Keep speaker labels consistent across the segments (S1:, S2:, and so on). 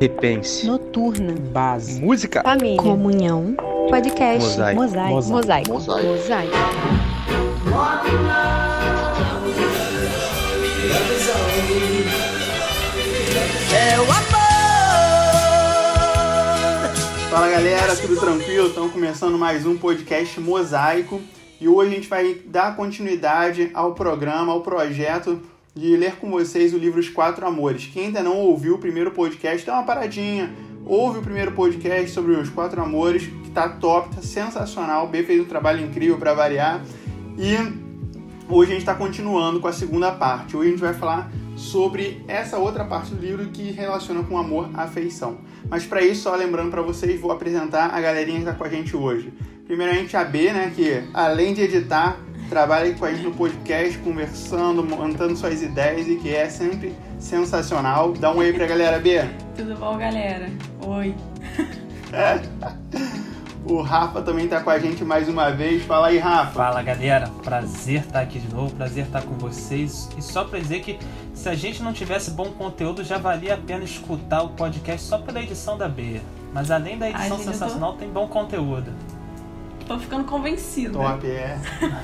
S1: Repense.
S2: Noturna.
S1: Base. Música.
S2: Família. Comunhão. Podcast.
S1: Mosaico.
S2: Mosaico.
S3: É o amor.
S4: Fala galera, tudo tranquilo? Estamos começando mais um podcast Mosaico e hoje a gente vai dar continuidade ao programa, ao projeto de ler com vocês o livro Os Quatro Amores. Quem ainda não ouviu o primeiro podcast, dá uma paradinha, ouve o primeiro podcast sobre Os Quatro Amores, que tá top, tá sensacional. O B fez um trabalho incrível para variar e hoje a gente está continuando com a segunda parte. Hoje a gente vai falar sobre essa outra parte do livro que relaciona com amor, afeição. Mas para isso, só lembrando para vocês, vou apresentar a galerinha que está com a gente hoje. Primeiramente a B, né, que além de editar, trabalha com a gente no podcast, conversando, montando suas ideias e que é sempre sensacional. Dá um oi pra galera, B.
S5: Tudo bom, galera? Oi.
S4: O Rafa também tá com a gente mais uma vez. Fala aí, Rafa.
S6: Fala, galera. Prazer estar aqui de novo, prazer estar com vocês. E só pra dizer que se a gente não tivesse bom conteúdo, já valia a pena escutar o podcast só pela edição da B. Mas além da edição sensacional, tem bom conteúdo.
S5: Tô ficando convencido.
S4: Top, é.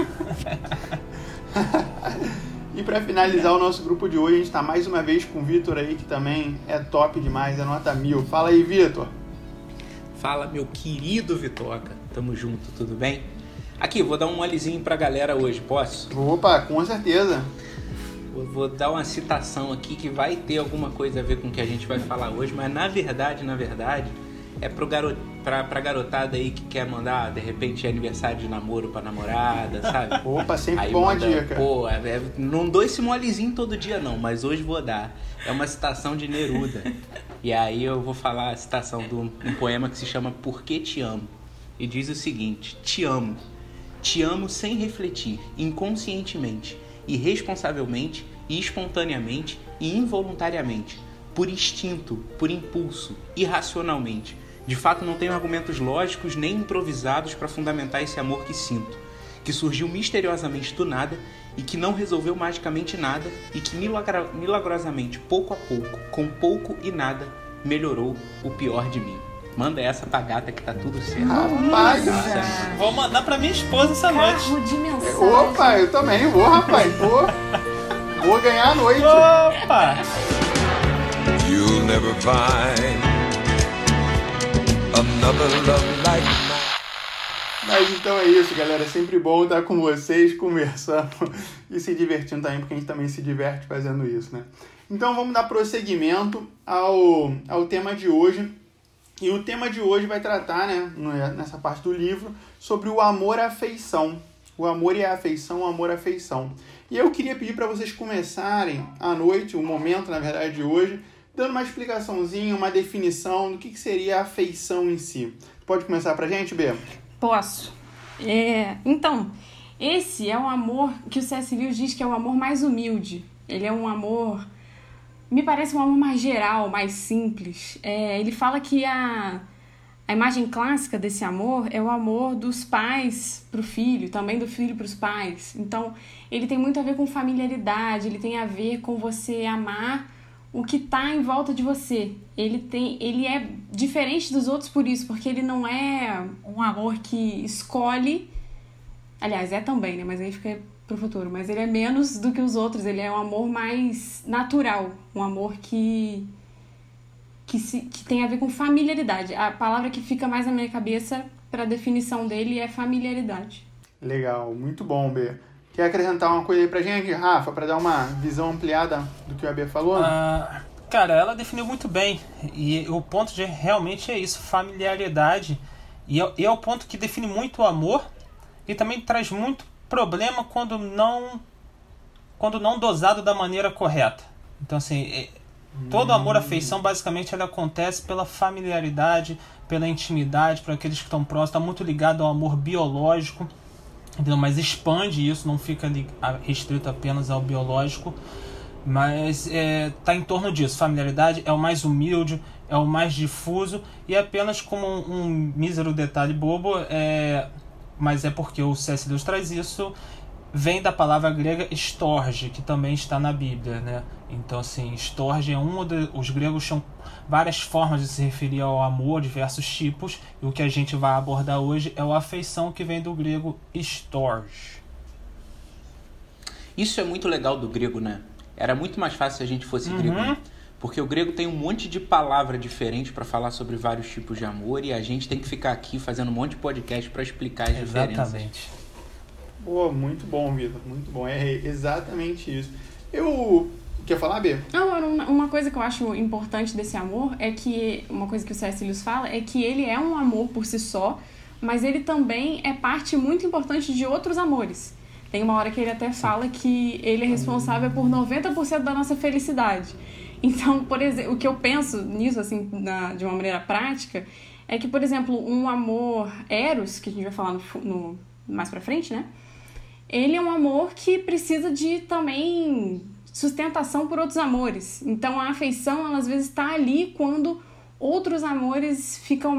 S4: E pra finalizar o nosso grupo de hoje, a gente tá mais uma vez com o Vitor aí, que também é top demais, é nota 1000. Fala aí, Vitor.
S7: Fala, meu querido Vitoca. Tamo junto, tudo bem? Aqui, vou dar um molezinho pra galera hoje, posso?
S4: Opa, com certeza.
S7: Vou dar uma citação aqui que vai ter alguma coisa a ver com o que a gente vai falar hoje, mas na verdade, é pra garotada aí que quer mandar, de repente, aniversário de namoro pra namorada, sabe?
S4: Opa, sempre
S7: aí
S4: bom
S7: manda,
S4: a dica.
S7: Pô, não dou esse molezinho todo dia não, mas hoje vou dar. É uma citação de Neruda. E aí eu vou falar a citação de um poema que se chama Por que Te Amo? E diz o seguinte: Te amo sem refletir, inconscientemente, irresponsavelmente, espontaneamente e involuntariamente, por instinto, por impulso, irracionalmente. De fato, não tenho argumentos lógicos nem improvisados para fundamentar esse amor que sinto, que surgiu misteriosamente do nada e que não resolveu magicamente nada e que milagrosamente, pouco a pouco, com pouco e nada, melhorou o pior de mim. Manda essa pra gata que tá tudo certo.
S4: Rapaz!
S6: Vou mandar pra minha esposa essa noite.
S5: Carro de mensagem.
S4: Opa, eu também vou, rapaz. Vou ganhar a noite.
S6: Opa!
S3: You'll never find another love like mine.
S4: Mas então é isso, galera. É sempre bom estar com vocês, conversando e se divertindo também, porque a gente também se diverte fazendo isso, né? Então vamos dar prosseguimento ao tema de hoje. E o tema de hoje vai tratar, né, nessa parte do livro, sobre o amor à afeição. O amor e a afeição, o amor à afeição. E eu queria pedir para vocês começarem à noite, o momento, na verdade, de hoje, dando uma explicaçãozinha, uma definição do que seria a afeição em si. Pode começar pra gente, Bê?
S5: Posso. Então, esse é um amor que o C.S. Lewis diz que é o amor mais humilde. Ele é um amor, me parece um amor mais geral, mais simples. Ele fala que a imagem clássica desse amor é o amor dos pais para o filho, também do filho para os pais. Então, ele tem muito a ver com familiaridade, ele tem a ver com você amar o que está em volta de você. Ele é diferente dos outros por isso, porque ele não é um amor que escolhe, aliás, é também, né? Mas aí fica pro futuro, mas ele é menos do que os outros, ele é um amor mais natural, um amor que tem a ver com familiaridade. A palavra que fica mais na minha cabeça para a definição dele é familiaridade.
S4: Legal, muito bom, B. Quer acrescentar uma coisa aí pra gente, Rafa, para dar uma visão ampliada do que a B falou?
S6: Cara, ela definiu muito bem. E o ponto realmente é isso, familiaridade. E é o ponto que define muito o amor e também traz muito problema quando não dosado da maneira correta. Então, assim, todo amor, afeição, basicamente, ele acontece pela familiaridade, pela intimidade, para aqueles que estão próximos. Está muito ligado ao amor biológico. Entendeu? Mas expande isso, não fica restrito apenas ao biológico, mas está em torno disso. Familiaridade é o mais humilde, é o mais difuso, e apenas como um mísero detalhe bobo, mas é porque o C.S. Lewis traz isso, vem da palavra grega storge, que também está na Bíblia, né? Então, assim, storge é os gregos tinham várias formas de se referir ao amor, diversos tipos, e o que a gente vai abordar hoje é a afeição, que vem do grego storge.
S7: Isso é muito legal do grego, né? Era muito mais fácil se a gente fosse grego, né? Porque o grego tem um monte de palavra diferente para falar sobre vários tipos de amor, e a gente tem que ficar aqui fazendo um monte de podcast para explicar as diferenças.
S6: Exatamente.
S4: Pô, muito bom, Vitor, muito bom. É exatamente isso. Quer falar, Bê?
S5: Não, uma coisa que eu acho importante desse amor é que, uma coisa que o C.S. Lewis fala, é que ele é um amor por si só, mas ele também é parte muito importante de outros amores. Tem uma hora que ele até fala que ele é responsável por 90% da nossa felicidade. Então, por exemplo, o que eu penso nisso, assim, de uma maneira prática, é que, por exemplo, um amor eros, que a gente vai falar mais pra frente, né? Ele é um amor que precisa de também sustentação por outros amores. Então, a afeição, ela às vezes está ali quando outros amores ficam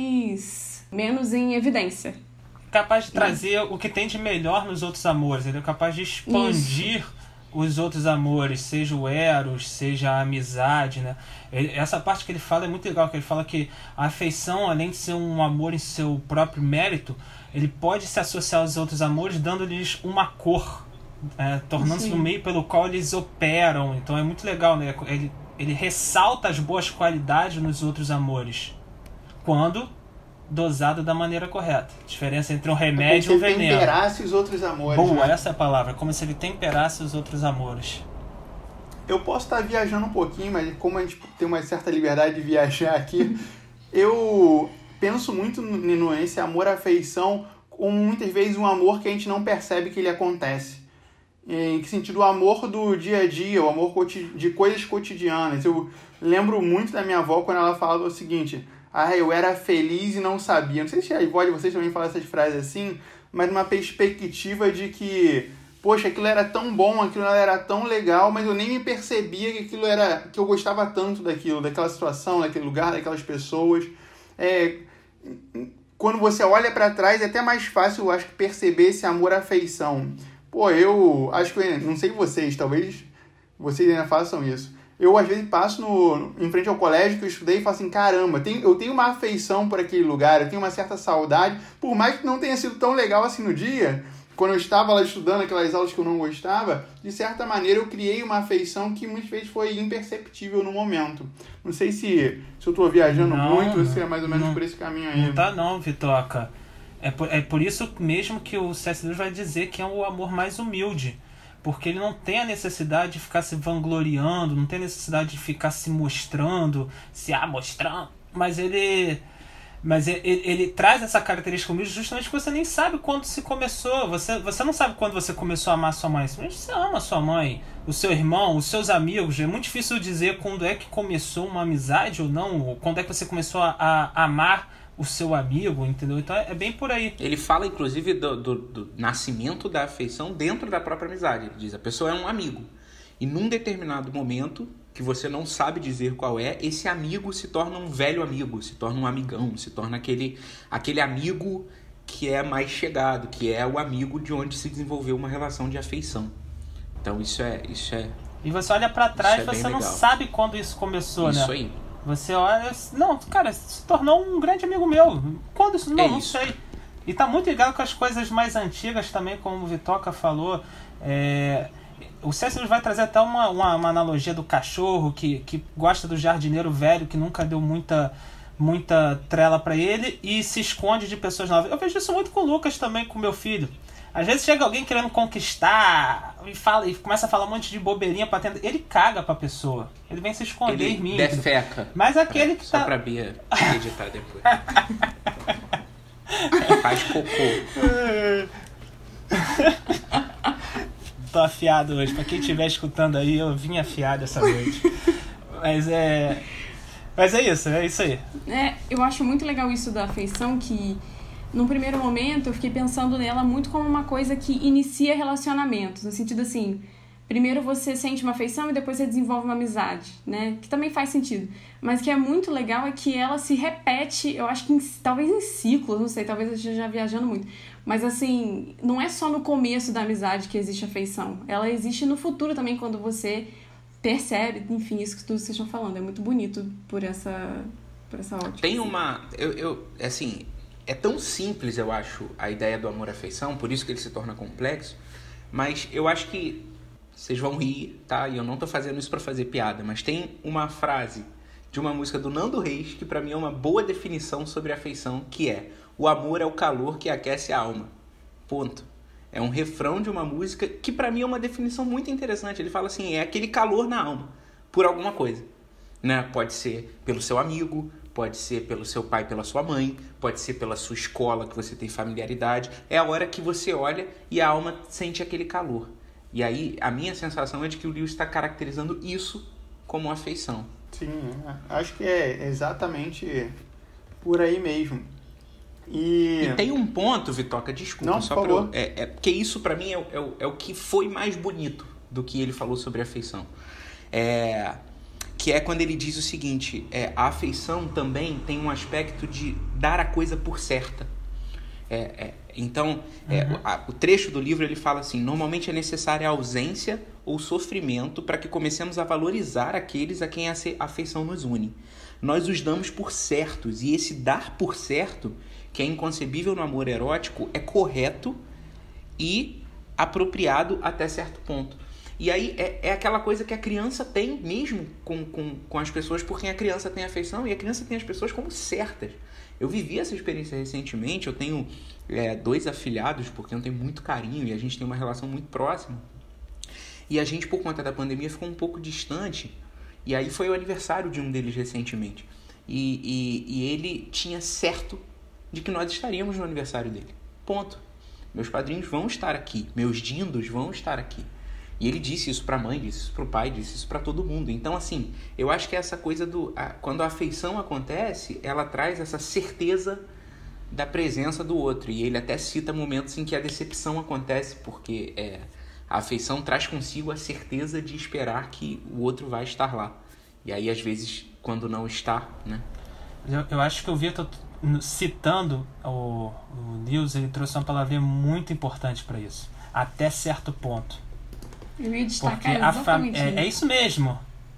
S5: menos em evidência.
S6: Capaz de trazer o que tem de melhor nos outros amores. Ele é capaz de expandir os outros amores, seja o eros, seja a amizade, né? Essa parte que ele fala é muito legal, que ele fala que a afeição, além de ser um amor em seu próprio mérito, ele pode se associar aos outros amores dando-lhes uma cor, tornando-se no meio pelo qual eles operam. Então é muito legal, né? Ele ressalta as boas qualidades nos outros amores, quando dosado da maneira correta. A diferença entre um remédio e um veneno.
S4: Como se ele temperasse os outros amores.
S6: Boa,
S4: né?
S6: Essa é a palavra. Como se ele temperasse os outros amores.
S4: Eu posso estar viajando um pouquinho, mas como a gente tem uma certa liberdade de viajar aqui, eu penso muito nesse amor-afeição como muitas vezes um amor que a gente não percebe que ele acontece. Em que sentido? O amor do dia a dia, o amor de coisas cotidianas. Eu lembro muito da minha avó quando ela falava o seguinte: eu era feliz e não sabia. Não sei se a avó de vocês também fala essas frases assim, mas numa perspectiva de que, poxa, aquilo era tão bom, aquilo era tão legal, mas eu nem me percebia que aquilo era, que eu gostava tanto daquilo, daquela situação, daquele lugar, daquelas pessoas. Quando você olha para trás, é até mais fácil, eu acho, perceber esse amor-afeição. Pô, eu acho que, não sei vocês, talvez vocês ainda façam isso. Eu, às vezes, passo em frente ao colégio que eu estudei e falo assim, caramba, eu tenho uma afeição por aquele lugar, eu tenho uma certa saudade, por mais que não tenha sido tão legal assim no dia, quando eu estava lá estudando aquelas aulas que eu não gostava, de certa maneira eu criei uma afeição que muitas vezes foi imperceptível no momento. Não sei se eu estou viajando muito, ou se é mais ou menos por esse caminho aí.
S6: Não tá não, Vitoca. É por isso mesmo que o C.S. Lewis vai dizer que é o amor mais humilde. Porque ele não tem a necessidade de ficar se vangloriando, não tem a necessidade de ficar se mostrando, mostrando. Mas ele traz essa característica humilde justamente porque você nem sabe quando se começou. Você não sabe quando você começou a amar sua mãe. Você ama sua mãe, o seu irmão, os seus amigos. É muito difícil dizer quando é que começou uma amizade ou não, ou quando é que você começou a amar o seu amigo, entendeu? Então é bem por aí.
S7: Ele fala, inclusive, do nascimento da afeição dentro da própria amizade. Ele diz, a pessoa é um amigo. E num determinado momento, que você não sabe dizer qual é, esse amigo se torna um velho amigo, se torna um amigão, se torna aquele amigo que é mais chegado, que é o amigo de onde se desenvolveu uma relação de afeição. Então isso é
S6: e você olha pra trás, você não sabe quando isso começou,
S7: isso,
S6: né?
S7: Isso aí.
S6: Você olha... Não, cara, se tornou um grande amigo meu. Quando isso? Não sei. E tá muito ligado com as coisas mais antigas também, como o Vitoca falou. O C.S. Lewis vai trazer até uma analogia do cachorro que gosta do jardineiro velho, que nunca deu muita trela pra ele e se esconde de pessoas novas. Eu vejo isso muito com o Lucas também, com meu filho. Às vezes chega alguém querendo conquistar e começa a falar um monte de bobeirinha pra atender. Ele caga pra pessoa. Ele vem se esconder em mim.
S7: Ele defeca.
S6: Mas aquele que
S7: só
S6: tá...
S7: pra Bia editar depois. Faz cocô.
S6: Tô afiado hoje. Pra quem estiver escutando aí, eu vim afiado essa noite. Mas é isso aí.
S5: Eu acho muito legal isso da afeição, que num primeiro momento eu fiquei pensando nela muito como uma coisa que inicia relacionamentos, no sentido assim, primeiro você sente uma afeição e depois você desenvolve uma amizade, né? Que também faz sentido. Mas o que é muito legal é que ela se repete, eu acho que talvez em ciclos, não sei, talvez eu esteja viajando muito. Mas assim, não é só no começo da amizade que existe afeição. Ela existe no futuro também, quando você percebe, enfim, isso que tudo vocês estão falando. É muito bonito por essa ótica.
S7: Tem uma... assim, é tão simples, eu acho, a ideia do amor-afeição, por isso que ele se torna complexo, mas eu acho que vocês vão rir, tá? E eu não tô fazendo isso pra fazer piada, mas tem uma frase de uma música do Nando Reis que pra mim é uma boa definição sobre afeição, que é: o amor é o calor que aquece a alma. Ponto. É um refrão de uma música que pra mim é uma definição muito interessante. Ele fala assim, é aquele calor na alma, por alguma coisa, né? Pode ser pelo seu amigo, pode ser pelo seu pai, pela sua mãe, pode ser pela sua escola, que você tem familiaridade. É a hora que você olha e a alma sente aquele calor. E aí, a minha sensação é de que o Lewis está caracterizando isso como afeição.
S4: Sim, acho que é exatamente por aí mesmo. E
S7: tem um ponto, Vitoca, desculpa,
S4: não,
S7: só
S4: por favor.
S7: porque isso para mim é o que foi mais bonito do que ele falou sobre afeição. Que é quando ele diz o seguinte, a afeição também tem um aspecto de dar a coisa por certa. Então, o trecho do livro ele fala assim: normalmente é necessária a ausência ou sofrimento para que comecemos a valorizar aqueles a quem a afeição nos une. Nós os damos por certos, e esse dar por certo, que é inconcebível no amor erótico, é correto e apropriado até certo ponto. E aí é aquela coisa que a criança tem mesmo com as pessoas por quem a criança tem afeição, e a criança tem as pessoas como certas. Eu vivi essa experiência recentemente, eu tenho 2 afilhados, porque eu tenho muito carinho e a gente tem uma relação muito próxima. E a gente, por conta da pandemia, ficou um pouco distante. E aí foi o aniversário de um deles recentemente. E ele tinha certo de que nós estaríamos no aniversário dele. Ponto. Meus padrinhos vão estar aqui, meus dindos vão estar aqui. E ele disse isso pra mãe, disse isso pro pai, disse isso pra todo mundo. Então, assim, eu acho que essa coisa quando a afeição acontece, ela traz essa certeza da presença do outro. E ele até cita momentos em que a decepção acontece, porque a afeição traz consigo a certeza de esperar que o outro vai estar lá. E aí, às vezes, quando não está, né?
S6: Eu acho que o Vitor, citando o Lewis, ele trouxe uma palavrinha muito importante para isso. Até certo ponto.
S5: Eu ia destacar
S6: porque
S5: exatamente
S6: é isso mesmo,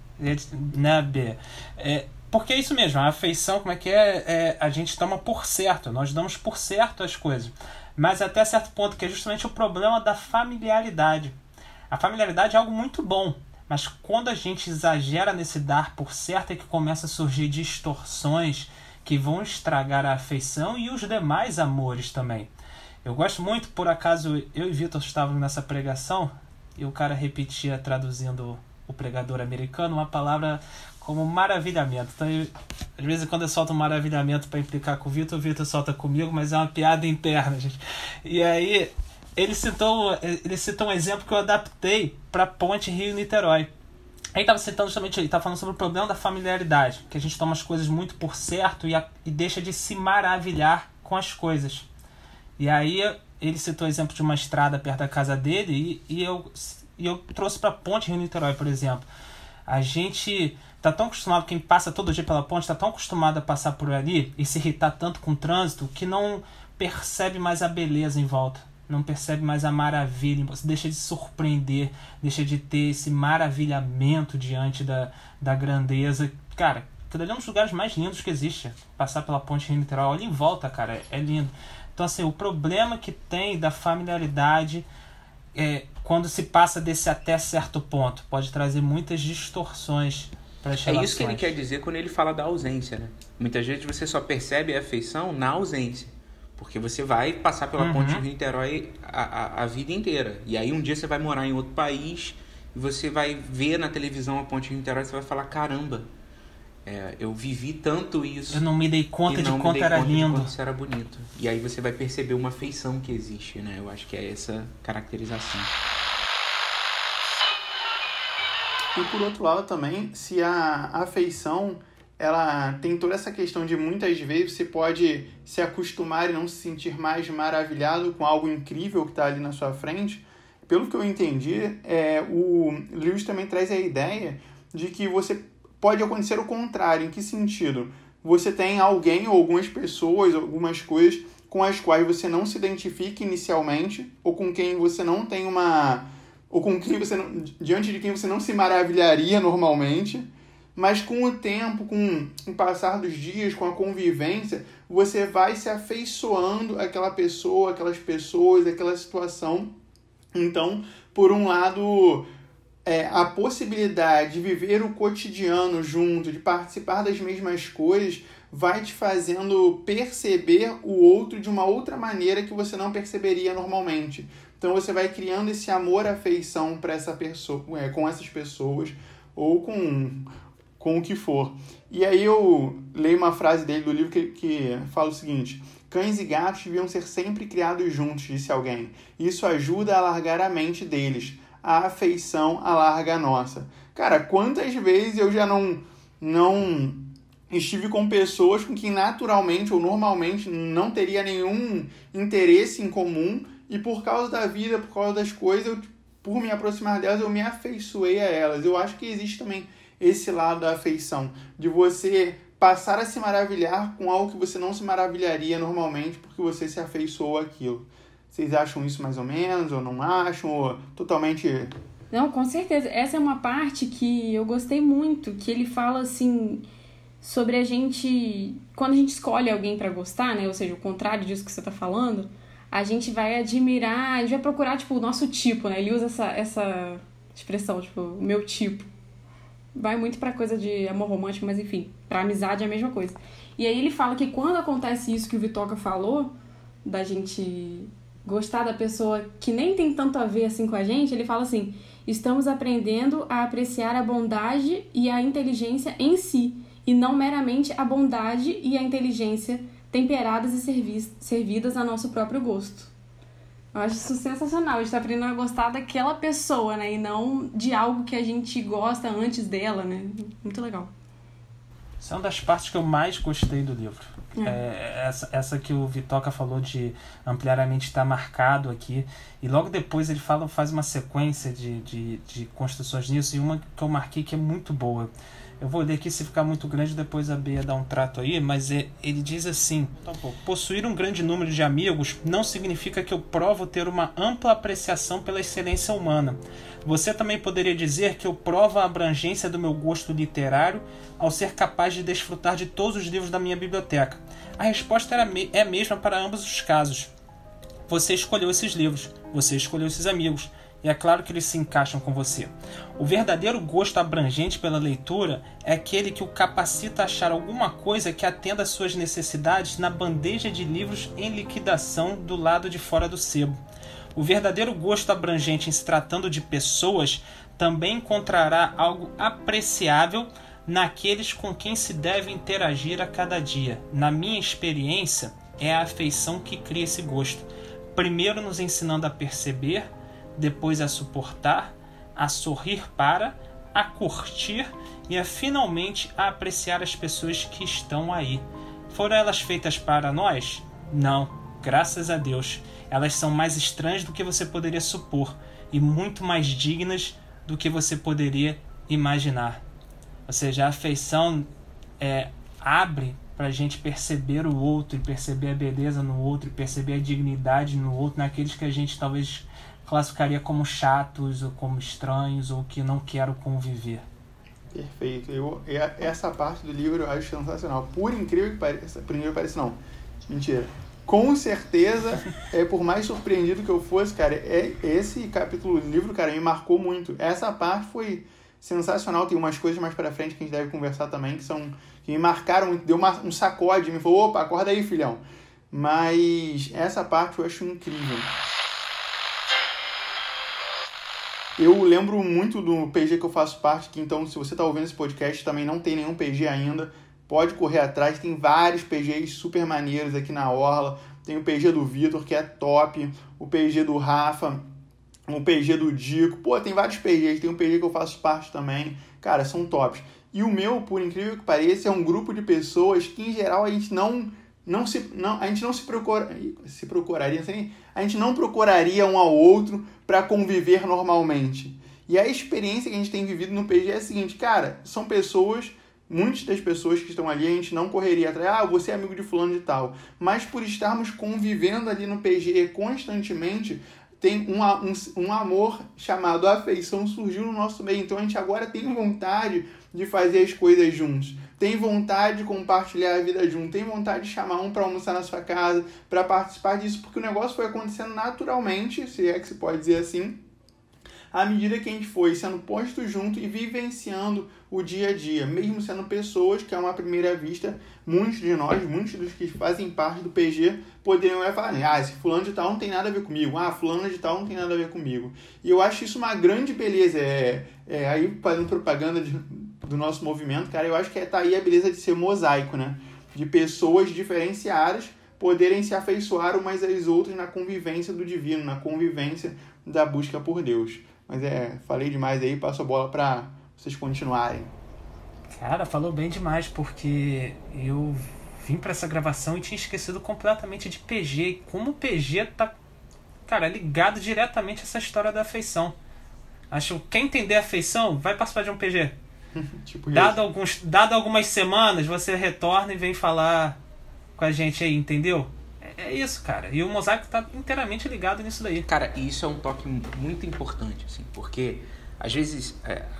S6: né, B? Porque é isso mesmo, a afeição, como é que a gente toma por certo, nós damos por certo as coisas, mas até certo ponto, que é justamente o problema da familiaridade. A familiaridade é algo muito bom, mas quando a gente exagera nesse dar por certo é que começa a surgir distorções que vão estragar a afeição e os demais amores também. Eu gosto muito, por acaso, eu e Vitor estávamos nessa pregação, e o cara repetia, traduzindo o pregador americano, uma palavra como maravilhamento. Então, às vezes, quando eu solto um maravilhamento para implicar com o Vitor solta comigo, mas é uma piada interna, gente. E aí, ele citou um exemplo que eu adaptei para Ponte Rio-Niterói. Aí estava citando justamente, ele estava falando sobre o problema da familiaridade, que a gente toma as coisas muito por certo e deixa de se maravilhar com as coisas. E aí ele citou o exemplo de uma estrada perto da casa dele e eu trouxe para Ponte Rio-Niterói, por exemplo. A gente está tão acostumado, quem passa todo dia pela ponte, está tão acostumado a passar por ali e se irritar tanto com o trânsito que não percebe mais a beleza em volta, não percebe mais a maravilha, você deixa de se surpreender, deixa de ter esse maravilhamento diante da grandeza. Cara, aquilo ali é um dos lugares mais lindos que existe, passar pela Ponte Rio-Niterói. Olha em volta, cara, é lindo. Então, assim, o problema que tem da familiaridade quando se passa desse até certo ponto, pode trazer muitas distorções para as relações.
S7: É isso que ele quer dizer quando ele fala da ausência, né? Muitas vezes você só percebe a afeição na ausência, porque você vai passar pela Ponte de Niterói a vida inteira. E aí um dia você vai morar em outro país e você vai ver na televisão a Ponte de Niterói e você vai falar, caramba, eu vivi tanto isso.
S6: Eu não me dei conta de quanto era lindo.
S7: Isso era bonito. E aí você vai perceber uma afeição que existe, né? Eu acho que é essa caracterização.
S4: E por outro lado também, se a afeição ela tem toda essa questão de muitas vezes você pode se acostumar e não se sentir mais maravilhado com algo incrível que está ali na sua frente, pelo que eu entendi, o Lewis também traz a ideia de que pode acontecer o contrário. Em que sentido? Você tem alguém ou algumas pessoas, algumas coisas com as quais você não se identifica inicialmente, ou com quem você não tem ou com quem diante de quem você não se maravilharia normalmente, mas com o tempo, com o passar dos dias, com a convivência, você vai se afeiçoando àquela pessoa, aquelas pessoas, aquela situação. Então, por um lado, a possibilidade de viver o cotidiano junto, de participar das mesmas coisas, vai te fazendo perceber o outro de uma outra maneira que você não perceberia normalmente. Então você vai criando esse amor, afeição para essa pessoa, com essas pessoas, ou com o que for. E aí eu leio uma frase dele do livro que fala o seguinte: cães e gatos deviam ser sempre criados juntos, disse alguém. Isso ajuda a alargar a mente deles. A afeição alarga a nossa. Cara, quantas vezes eu já não estive com pessoas com quem naturalmente ou normalmente não teria nenhum interesse em comum, e por causa da vida, por causa das coisas, por me aproximar delas, eu me afeiçoei a elas. Eu acho que existe também esse lado da afeição, de você passar a se maravilhar com algo que você não se maravilharia normalmente, porque você se afeiçoou àquilo. Vocês acham isso mais ou menos, ou não acham, ou totalmente...
S5: Não, com certeza. Essa é uma parte que eu gostei muito, que ele fala assim sobre a gente... Quando a gente escolhe alguém pra gostar, né? Ou seja, o contrário disso que você tá falando, a gente vai admirar, a gente vai procurar, tipo, o nosso tipo, né? Ele usa essa expressão, tipo, o meu tipo. Vai muito pra coisa de amor romântico, mas enfim, pra amizade é a mesma coisa. E aí ele fala que quando acontece isso que o Vitoca falou, da gente gostar da pessoa que nem tem tanto a ver assim com a gente, ele fala assim: estamos aprendendo a apreciar a bondade e a inteligência em si, e não meramente a bondade e a inteligência temperadas e servidas a nosso próprio gosto. Eu acho isso sensacional, a gente tá aprendendo a gostar daquela pessoa, né? E não de algo que a gente gosta antes dela, né? Muito legal.
S6: Essa é uma das partes que eu mais gostei do livro. Essa que o Vitoca falou de ampliar a mente está marcado aqui. E logo depois ele faz uma sequência de construções nisso. E uma que eu marquei que é muito boa. Eu vou ler aqui, se ficar muito grande, depois a Bea dá um trato aí, mas ele diz assim: possuir um grande número de amigos não significa que eu provo ter uma ampla apreciação pela excelência humana. Você também poderia dizer que eu provo a abrangência do meu gosto literário ao ser capaz de desfrutar de todos os livros da minha biblioteca. A resposta é a mesma para ambos os casos. Você escolheu esses livros, você escolheu esses amigos, e é claro que eles se encaixam com você. O verdadeiro gosto abrangente pela leitura é aquele que o capacita a achar alguma coisa que atenda às suas necessidades na bandeja de livros em liquidação do lado de fora do sebo. O verdadeiro gosto abrangente em se tratando de pessoas também encontrará algo apreciável naqueles com quem se deve interagir a cada dia. Na minha experiência, é a afeição que cria esse gosto. Primeiro nos ensinando a perceber, depois a suportar, a sorrir a curtir e finalmente a apreciar as pessoas que estão aí. Foram elas feitas para nós? Não, graças a Deus. Elas são mais estranhas do que você poderia supor e muito mais dignas do que você poderia imaginar. Ou seja, a afeição abre para a gente perceber o outro, e perceber a beleza no outro, e perceber a dignidade no outro, naqueles que a gente talvez classificaria como chatos, ou como estranhos, ou que não quero conviver.
S4: Perfeito. Essa parte do livro eu acho sensacional. Por incrível que pareça, não. Mentira. Com certeza, por mais surpreendido que eu fosse, cara, esse capítulo do livro, cara, me marcou muito. Essa parte foi sensacional. Tem umas coisas mais pra frente que a gente deve conversar também, que me marcaram, deu um sacode, me falou: opa, acorda aí, filhão. Mas essa parte eu acho incrível. Eu lembro muito do PG que eu faço parte, que então, se você está ouvindo esse podcast também não tem nenhum PG ainda, pode correr atrás. Tem vários PGs super maneiros aqui na Orla. Tem o PG do Vitor, que é top, o PG do Rafa, o PG do Dico. Pô, tem vários PGs, tem um PG que eu faço parte também. Cara, são tops. E o meu, por incrível que pareça, é um grupo de pessoas que, em geral, a gente não a gente não procuraria um ao outro para conviver normalmente. E a experiência que a gente tem vivido no PG é a seguinte, cara, são pessoas, muitas das pessoas que estão ali, a gente não correria atrás, você é amigo de fulano de tal, mas por estarmos convivendo ali no PG constantemente, tem um amor chamado afeição surgiu no nosso meio. Então a gente agora tem vontade de fazer as coisas juntos. Tem vontade de compartilhar a vida junto. Tem vontade de chamar um para almoçar na sua casa, para participar disso. Porque o negócio foi acontecendo naturalmente, se é que se pode dizer assim, à medida que a gente foi sendo posto junto e vivenciando o dia a dia, mesmo sendo pessoas que, a uma primeira vista, muitos dos que fazem parte do PG, poderiam falar, esse fulano de tal não tem nada a ver comigo, fulano de tal não tem nada a ver comigo. E eu acho isso uma grande beleza, aí fazendo propaganda do nosso movimento, cara, eu acho que tá aí a beleza de ser mosaico, né? De pessoas diferenciadas poderem se afeiçoar umas às outras na convivência do divino, na convivência da busca por Deus. Mas falei demais aí, passo a bola para vocês continuarem.
S6: Cara, falou bem demais, porque eu vim para essa gravação e tinha esquecido completamente de PG. E como o PG tá, cara, ligado diretamente a essa história da afeição. Acho que quem entender a afeição vai participar de um PG. Tipo dado algumas semanas, você retorna e vem falar com a gente aí, entendeu? É isso, cara. E o Mosaico tá inteiramente ligado nisso daí.
S7: Cara, e isso é um toque muito importante, assim, porque às vezes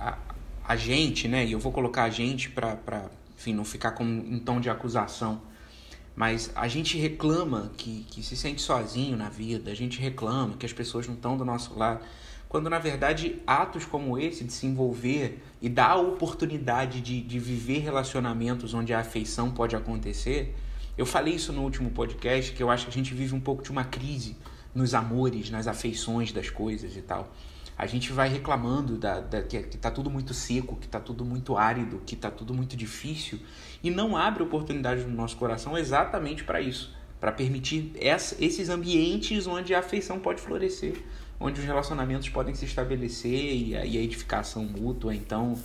S7: a gente, né, e eu vou colocar a gente pra enfim, não ficar em tom de acusação, mas a gente reclama que se sente sozinho na vida, a gente reclama que as pessoas não estão do nosso lado, quando na verdade atos como esse, de se envolver e dar a oportunidade de viver relacionamentos onde a afeição pode acontecer. Eu falei isso no último podcast, que eu acho que a gente vive um pouco de uma crise nos amores, nas afeições das coisas e tal. A gente vai reclamando que tá tudo muito seco, que tá tudo muito árido, que tá tudo muito difícil, e não abre oportunidade no nosso coração exatamente para isso, para permitir esses ambientes onde a afeição pode florescer, onde os relacionamentos podem se estabelecer e a edificação mútua. Então,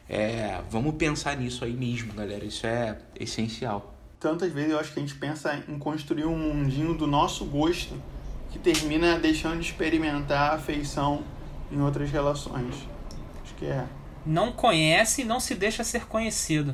S7: vamos pensar nisso aí mesmo, galera. Isso é essencial.
S4: Tantas vezes eu acho que a gente pensa em construir um mundinho do nosso gosto que termina deixando de experimentar a afeição em outras relações. Acho que
S6: não conhece e não se deixa ser conhecido.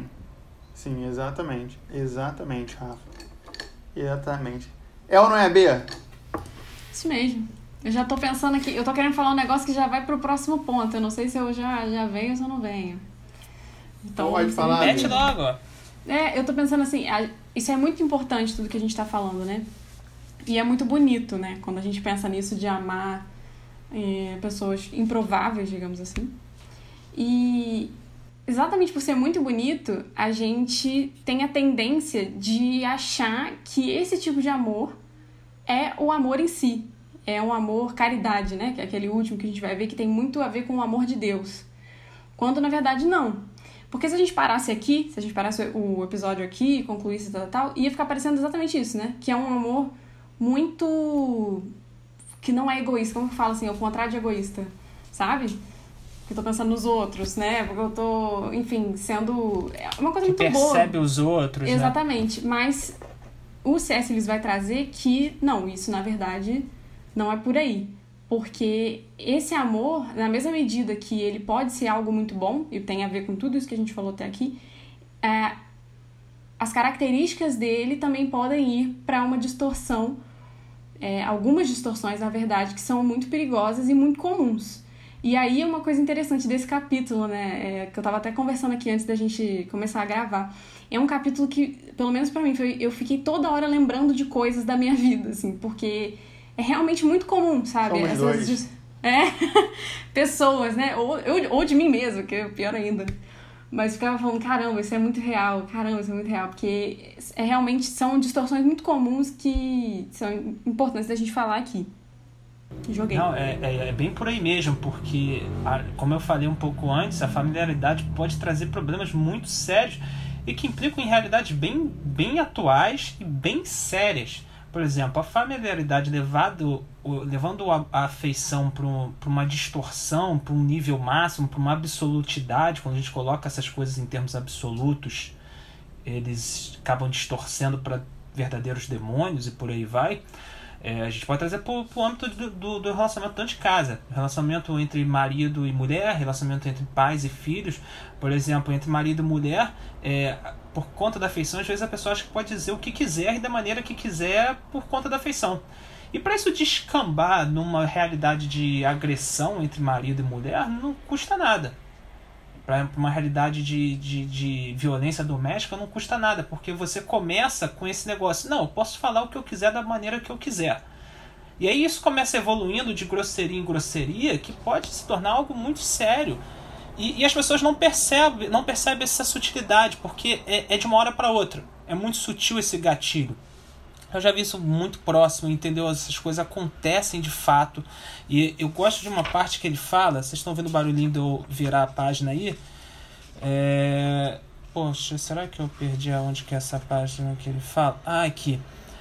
S4: Sim, exatamente. Exatamente, Rafa. Exatamente. É ou não é, Bia?
S5: Isso mesmo. Eu já tô pensando aqui, eu tô querendo falar um negócio que já vai pro próximo ponto. Eu não sei se eu já venho ou se eu não venho. Então,
S4: pode falar,
S6: mete logo.
S5: Eu tô pensando assim, isso é muito importante, tudo que a gente tá falando, né? E é muito bonito, né? Quando a gente pensa nisso de amar pessoas improváveis, digamos assim. E exatamente por ser muito bonito, a gente tem a tendência de achar que esse tipo de amor é o amor em si. É um amor caridade, né? Que é aquele último que a gente vai ver que tem muito a ver com o amor de Deus. Quando, na verdade, não. Porque se a gente parasse o episódio aqui e concluísse tal, ia ficar parecendo exatamente isso, né? Que é um amor muito... que não é egoísta. Como eu falo assim? É o contrário de egoísta, sabe? Que eu tô pensando nos outros, né? Porque eu tô, enfim, sendo... É uma coisa
S6: que
S5: muito boa.
S6: percebe os outros,
S5: exatamente. Né? Mas o C.S. Lewis vai trazer que, não, isso na verdade não é por aí. Porque esse amor, na mesma medida que ele pode ser algo muito bom, e tem a ver com tudo isso que a gente falou até aqui, as características dele também podem ir para uma distorção, algumas distorções, na verdade, que são muito perigosas e muito comuns. E aí é uma coisa interessante desse capítulo, né, que eu estava até conversando aqui antes da gente começar a gravar. É um capítulo que, pelo menos para mim, eu fiquei toda hora lembrando de coisas da minha vida, assim, porque... é realmente muito comum, sabe? Pessoas, né? Ou de mim mesmo, que é pior ainda. Mas ficava falando, caramba, isso é muito real. Porque realmente são distorções muito comuns que são importantes da gente falar aqui. Joguei.
S6: Não, é bem por aí mesmo, porque, como eu falei um pouco antes, a familiaridade pode trazer problemas muito sérios e que implicam em realidades bem atuais e bem sérias. Por exemplo, a familiaridade levando a afeição para uma distorção, para um nível máximo, para uma absolutidade. Quando a gente coloca essas coisas em termos absolutos, eles acabam distorcendo para verdadeiros demônios e por aí vai, a gente pode trazer para o âmbito do relacionamento dentro de casa. Relacionamento entre marido e mulher, relacionamento entre pais e filhos. Por exemplo, entre marido e mulher, por conta da afeição, às vezes a pessoa acha que pode dizer o que quiser e da maneira que quiser por conta da afeição. E para isso descambar numa realidade de agressão entre marido e mulher, não custa nada. Para uma realidade de violência doméstica não custa nada, porque você começa com esse negócio, não, eu posso falar o que eu quiser da maneira que eu quiser. E aí isso começa evoluindo de grosseria em grosseria, que pode se tornar algo muito sério. E as pessoas não percebem essa sutilidade, porque é de uma hora para outra. É muito sutil esse gatilho. Eu já vi isso muito próximo, entendeu? Essas coisas acontecem de fato. E eu gosto de uma parte que ele fala. Vocês estão vendo o barulhinho de eu virar a página aí? Poxa, será que eu perdi aonde que é essa página que ele fala? Aqui.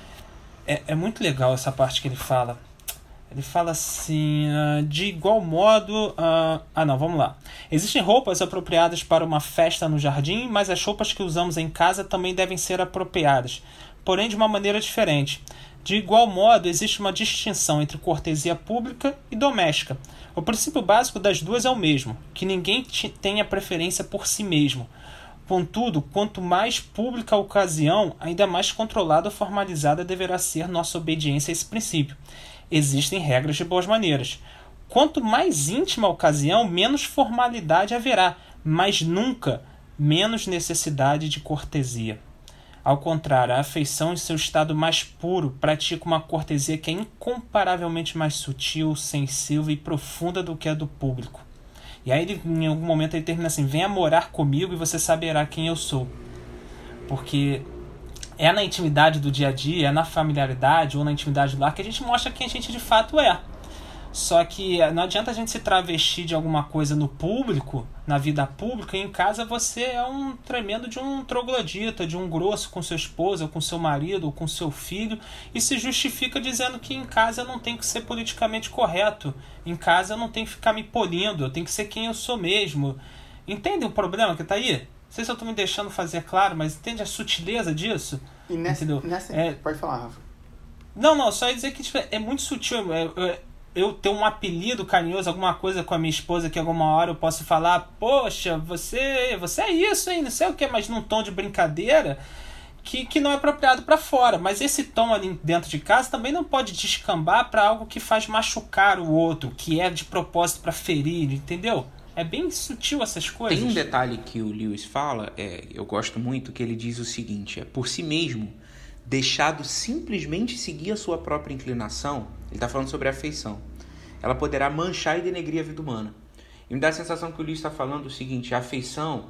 S6: É muito legal essa parte que ele fala. Ele fala assim, de igual modo... não, vamos lá. Existem roupas apropriadas para uma festa no jardim, mas as roupas que usamos em casa também devem ser apropriadas, porém de uma maneira diferente. De igual modo, existe uma distinção entre cortesia pública e doméstica. O princípio básico das duas é o mesmo, que ninguém tenha preferência por si mesmo. Contudo, quanto mais pública a ocasião, ainda mais controlada ou formalizada deverá ser nossa obediência a esse princípio. Existem regras de boas maneiras. Quanto mais íntima a ocasião, menos formalidade haverá, mas nunca menos necessidade de cortesia. Ao contrário, a afeição em seu estado mais puro pratica uma cortesia que é incomparavelmente mais sutil, sensível e profunda do que a do público. E aí, em algum momento, ele termina assim: venha morar comigo e você saberá quem eu sou. Porque é na intimidade do dia a dia, é na familiaridade ou na intimidade do lar que a gente mostra quem a gente de fato é. Só que não adianta a gente se travestir de alguma coisa no público, na vida pública, e em casa você é um tremendo de um troglodita, de um grosso com sua esposa, ou com seu marido, ou com seu filho, e se justifica dizendo que em casa eu não tenho que ser politicamente correto, em casa eu não tenho que ficar me polindo, eu tenho que ser quem eu sou mesmo. Entende o problema que tá aí? Não sei se eu tô me deixando fazer claro, mas entende a sutileza disso?
S4: E nessa pode falar, Rafa.
S6: Não, só ia dizer que é muito sutil. Eu ter um apelido carinhoso, alguma coisa com a minha esposa que alguma hora eu posso falar, poxa, você é isso, hein, não sei o que, mas num tom de brincadeira que não é apropriado para fora. Mas esse tom ali dentro de casa também não pode descambar para algo que faz machucar o outro, que é de propósito para ferir, entendeu? É bem sutil essas coisas.
S7: Tem um detalhe que o Lewis fala, eu gosto muito, que ele diz o seguinte: por si mesmo, deixado simplesmente seguir a sua própria inclinação, ele está falando sobre a afeição, ela poderá manchar e denegrir a vida humana. E me dá a sensação que o Lewis está falando o seguinte: a afeição,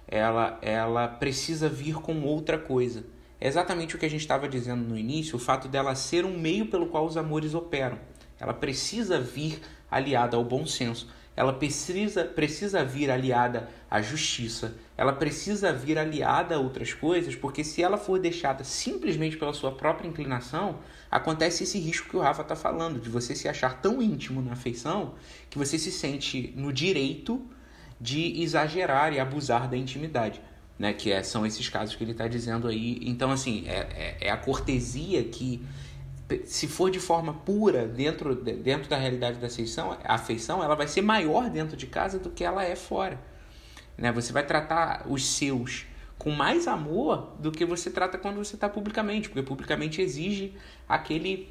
S7: ela precisa vir com outra coisa. É exatamente o que a gente estava dizendo no início, o fato dela ser um meio pelo qual os amores operam. Ela precisa vir aliada ao bom senso. Ela precisa vir aliada à justiça. Ela precisa vir aliada a outras coisas, porque se ela for deixada simplesmente pela sua própria inclinação, acontece esse risco que o Rafa está falando, de você se achar tão íntimo na afeição que você se sente no direito de exagerar e abusar da intimidade, né? São esses casos que ele está dizendo aí. Então, assim, é a cortesia que, se for de forma pura dentro da realidade da afeição, ela vai ser maior dentro de casa do que ela é fora, né? Você vai tratar os seus com mais amor do que você trata quando você está publicamente, porque publicamente exige aquele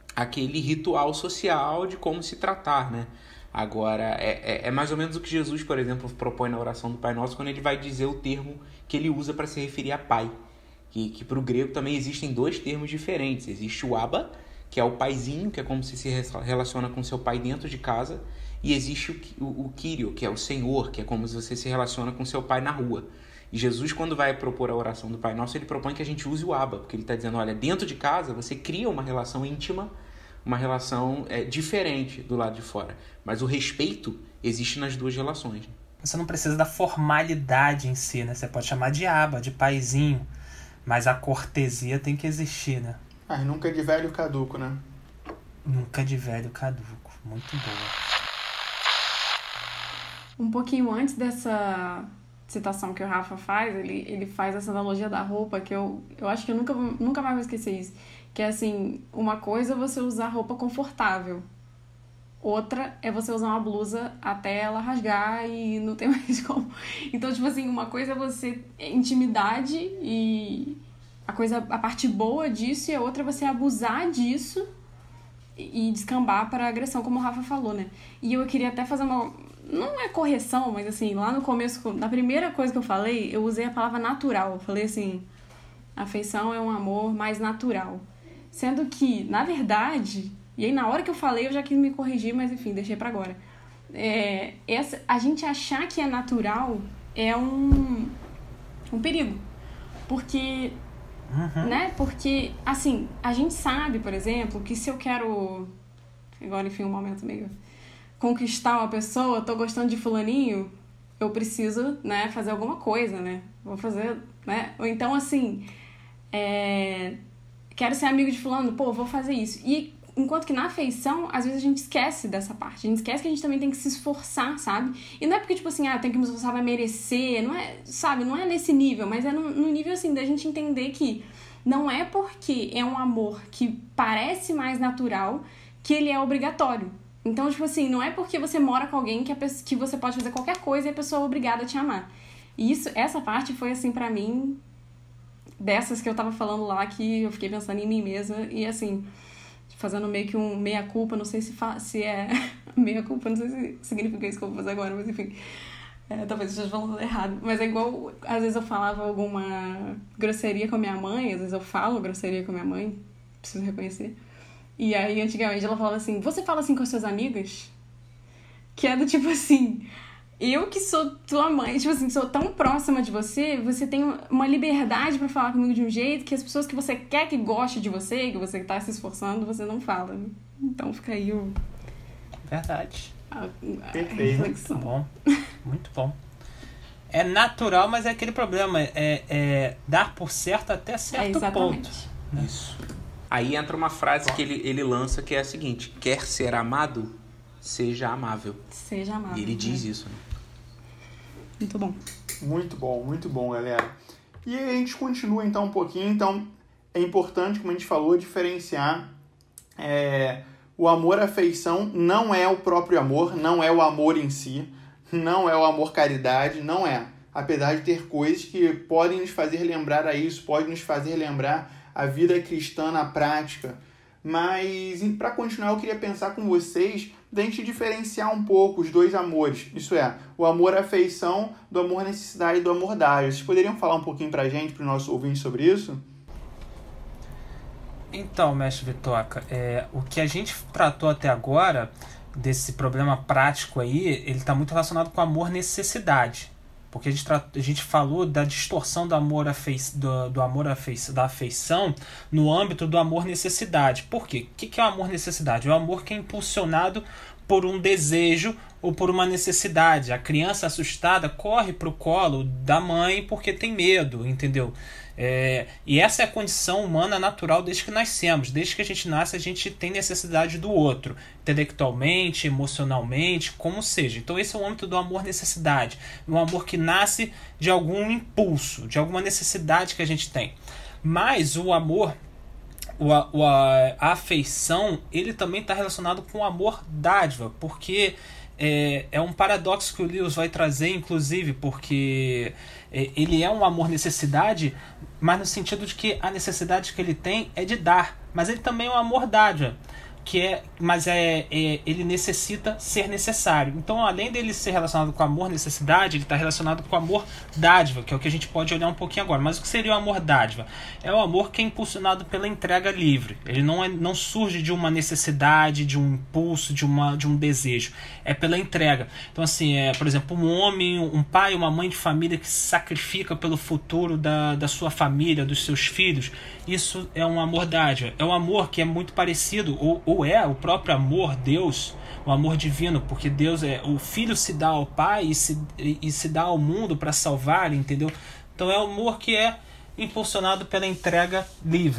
S7: ritual social de como se tratar, né? Agora, é mais ou menos o que Jesus, por exemplo, propõe na oração do Pai Nosso, quando ele vai dizer o termo que ele usa para se referir a pai. Que para o grego também existem dois termos diferentes. Existe o Abba, que é o paizinho, que é como se relaciona com seu pai dentro de casa, e existe o Kyrio, que é o Senhor, que é como se você se relaciona com seu pai na rua. E Jesus, quando vai propor a oração do Pai Nosso, ele propõe que a gente use o Abba, porque ele está dizendo, olha, dentro de casa você cria uma relação íntima, uma relação diferente do lado de fora. Mas o respeito existe nas duas relações.
S6: Você não precisa da formalidade em si, né? Você pode chamar de Abba, de paizinho, mas a cortesia tem que existir, né?
S4: Mas nunca de velho caduco, né?
S6: Nunca de velho caduco. Muito boa.
S5: Um pouquinho antes citação que o Rafa faz, ele faz essa analogia da roupa, que eu acho que eu nunca mais vou esquecer isso. Que é assim, uma coisa é você usar roupa confortável. Outra é você usar uma blusa até ela rasgar e não tem mais como. Então, tipo assim, uma coisa é você... intimidade e a parte boa disso, e a outra é você abusar disso e descambar para agressão, como o Rafa falou, né? E eu queria até fazer uma... não é correção, mas assim, lá no começo, na primeira coisa que eu falei, eu usei a palavra natural. Eu falei assim, afeição é um amor mais natural. Sendo que, na verdade... E aí, na hora que eu falei, eu já quis me corrigir, mas enfim, deixei pra agora. A gente achar que é natural é um perigo. Porque, né? Porque, assim, a gente sabe, por exemplo, que se eu quero... Agora, enfim, um momento meio... conquistar uma pessoa, tô gostando de fulaninho, eu preciso, né, fazer alguma coisa, né? Vou fazer, né? Ou então, assim, quero ser amigo de fulano, pô, vou fazer isso. E enquanto que na afeição, às vezes a gente esquece dessa parte. A gente esquece que a gente também tem que se esforçar, sabe? E não é porque, tipo assim, eu tenho que me esforçar pra merecer, não é, sabe? Não é nesse nível, mas é no nível, assim, da gente entender que não é porque é um amor que parece mais natural que ele é obrigatório. Então, tipo assim, não é porque você mora com alguém que você pode fazer qualquer coisa e a pessoa é obrigada a te amar. E essa parte foi, assim, pra mim, dessas que eu tava falando lá, que eu fiquei pensando em mim mesma e, assim... fazendo meio que um meia-culpa, não sei se é meia-culpa, não sei se significa isso que eu vou fazer agora, mas enfim, talvez eu esteja falando errado, mas é igual, às vezes eu falava alguma grosseria com a minha mãe, às vezes eu falo grosseria com a minha mãe, preciso reconhecer, e aí antigamente ela falava assim, você fala assim com as suas amigas? Que é do tipo assim... Eu que sou tua mãe, tipo assim, sou tão próxima de você, você tem uma liberdade pra falar comigo de um jeito que as pessoas que você quer que goste de você, que você tá se esforçando, você não fala. Então fica aí o...
S6: Verdade.
S5: A
S6: Muito
S5: reflexão.
S6: bom. Muito bom. É natural, mas é aquele problema. É dar por certo até certo ponto.
S7: Né? Isso. Aí entra uma frase que ele lança que é a seguinte: quer ser amado? Seja amável.
S5: Seja amável.
S7: E ele diz isso, né?
S5: Muito bom.
S4: Muito bom, galera. E aí a gente continua então um pouquinho. Então é importante, como a gente falou, diferenciar o amor à afeição não é o próprio amor, não é o amor em si, não é o amor caridade, não é. Apesar de ter coisas que podem nos fazer lembrar a isso, podem nos fazer lembrar a vida cristã na prática. Mas, para continuar, eu queria pensar com vocês da gente diferenciar um pouco os dois amores. Isso é, o amor à afeição do amor à necessidade e do amor dádiva. Vocês poderiam falar um pouquinho pra gente, para os nossos ouvintes, sobre isso?
S6: Então, mestre Vitoca, o que a gente tratou até agora, desse problema prático aí, ele está muito relacionado com o amor-necessidade. Porque a gente falou da distorção do amor da afeição no âmbito do amor-necessidade. Por quê? O que é o amor-necessidade? É o amor que é impulsionado por um desejo ou por uma necessidade. A criança assustada corre para o colo da mãe porque tem medo, entendeu? E essa é a condição humana natural desde que nascemos. Desde que a gente nasce, a gente tem necessidade do outro, intelectualmente, emocionalmente, como seja. Então esse é o âmbito do amor-necessidade, um amor que nasce de algum impulso, de alguma necessidade que a gente tem. Mas o amor, a afeição, ele também está relacionado com o amor dádiva, porque é um paradoxo que o Lewis vai trazer, inclusive, porque ele é um amor-necessidade, mas no sentido de que a necessidade que ele tem é de dar, mas ele também é um amor dádiva, ele necessita ser necessário. Então, além dele ser relacionado com amor-necessidade, ele está relacionado com amor-dádiva, que é o que a gente pode olhar um pouquinho agora. Mas o que seria o amor-dádiva? É o amor que é impulsionado pela entrega livre. Ele não surge de uma necessidade, de um impulso, de um desejo. É pela entrega. Então, assim, por exemplo, um homem, um pai, uma mãe de família que se sacrifica pelo futuro da sua família, dos seus filhos. Isso é um amor-dádiva. É um amor que é muito parecido, ou é o próprio amor, Deus, o amor divino, porque Deus o Filho se dá ao Pai e se dá ao mundo para salvar, entendeu? Então é o amor que é impulsionado pela entrega livre.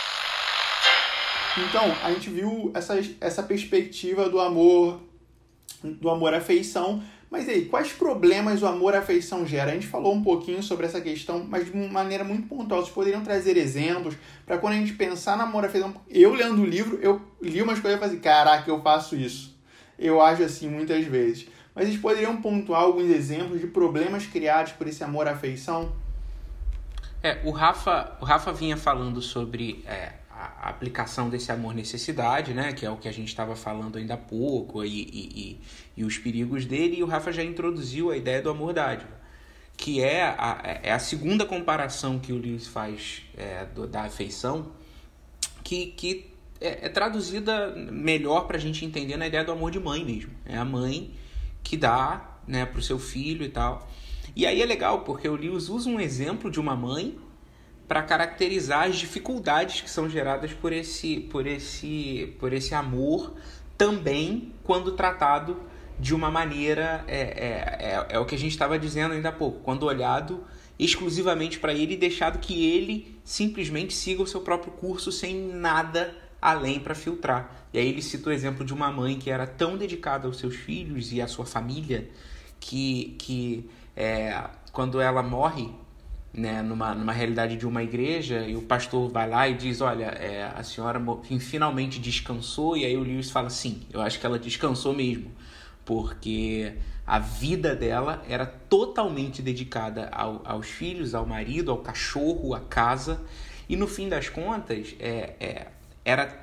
S4: Então, a gente viu essa perspectiva do amor à afeição, Mas aí, quais problemas o amor-afeição gera? A gente falou um pouquinho sobre essa questão, mas de uma maneira muito pontual. Vocês poderiam trazer exemplos para quando a gente pensar no amor-afeição. Eu, lendo o livro, eu li umas coisas e falei assim, caraca, eu faço isso. Eu ajo assim muitas vezes. Mas eles poderiam pontuar alguns exemplos de problemas criados por esse amor-afeição?
S7: O Rafa vinha falando sobre a aplicação desse amor-necessidade, né? Que é o que a gente estava falando ainda há pouco, e os perigos dele, e o Rafa já introduziu a ideia do amor-dádiva, que é a segunda comparação que o Lewis faz da afeição, que é traduzida melhor para a gente entender na ideia do amor de mãe mesmo. É a mãe que dá, né, para o seu filho e tal. E aí é legal, porque o Lewis usa um exemplo de uma mãe para caracterizar as dificuldades que são geradas por esse amor, também quando tratado de uma maneira, é o que a gente estava dizendo ainda há pouco, quando olhado exclusivamente para ele e deixado que ele simplesmente siga o seu próprio curso sem nada além para filtrar. E aí ele cita o exemplo de uma mãe que era tão dedicada aos seus filhos e à sua família que quando ela morre, né, numa realidade de uma igreja, e o pastor vai lá e diz, olha, a senhora finalmente descansou, e aí o Lewis fala, sim, eu acho que ela descansou mesmo, porque a vida dela era totalmente dedicada aos filhos, ao marido, ao cachorro, à casa, e no fim das contas, era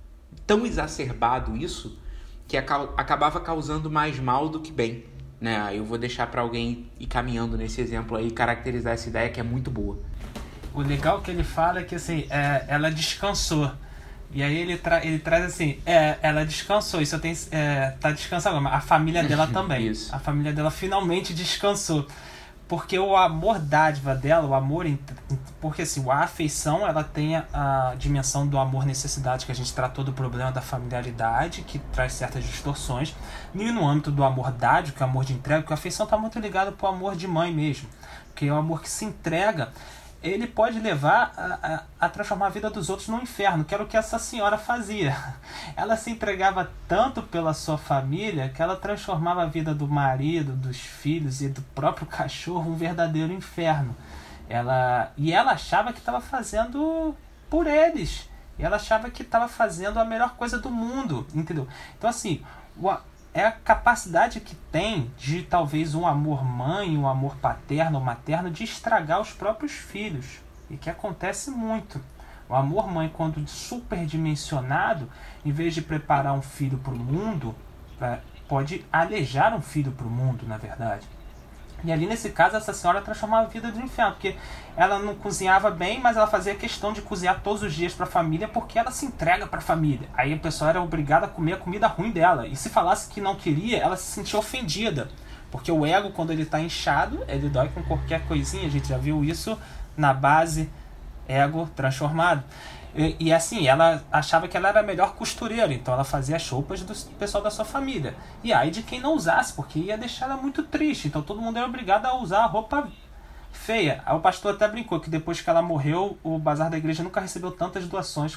S7: tão exacerbado isso, que acabava causando mais mal do que bem. Né? Eu vou deixar para alguém ir caminhando nesse exemplo aí e caracterizar essa ideia que é muito boa.
S6: O legal que ele fala é que assim, ela descansou. E aí ele traz assim, ela descansou, isso tá descansando, a família dela também.
S7: Isso.
S6: A família dela finalmente descansou. Porque o amor dádiva dela, porque assim, a afeição, ela tem a dimensão do amor necessidade, que a gente tratou do problema da familiaridade, que traz certas distorções, e no âmbito do amor dádivo, que é o amor de entrega, porque a afeição está muito ligada para o amor de mãe mesmo, porque é o amor que se entrega, ele pode levar a transformar a vida dos outros no inferno, que era o que essa senhora fazia. Ela se entregava tanto pela sua família que ela transformava a vida do marido, dos filhos e do próprio cachorro um verdadeiro inferno. Ela achava que estava fazendo por eles. E ela achava que estava fazendo a melhor coisa do mundo, entendeu? Então assim, é a capacidade que tem de talvez um amor mãe, um amor paterno ou materno, de estragar os próprios filhos. E que acontece muito. O amor mãe, quando superdimensionado, em vez de preparar um filho para o mundo, pode alejar um filho para o mundo, na verdade. E ali nesse caso essa senhora transformava a vida do inferno, porque ela não cozinhava bem, mas ela fazia questão de cozinhar todos os dias para a família, porque ela se entrega para a família. Aí a pessoa era obrigada a comer a comida ruim dela, e se falasse que não queria, ela se sentia ofendida, porque o ego, quando ele está inchado, ele dói com qualquer coisinha. A gente já viu isso na base ego transformado. E assim, ela achava que ela era a melhor costureira, então ela fazia as roupas do pessoal da sua família. E aí de quem não usasse, porque ia deixar ela muito triste. Então todo mundo era obrigado a usar a roupa feia. Aí o pastor até brincou que depois que ela morreu, o bazar da igreja nunca recebeu tantas doações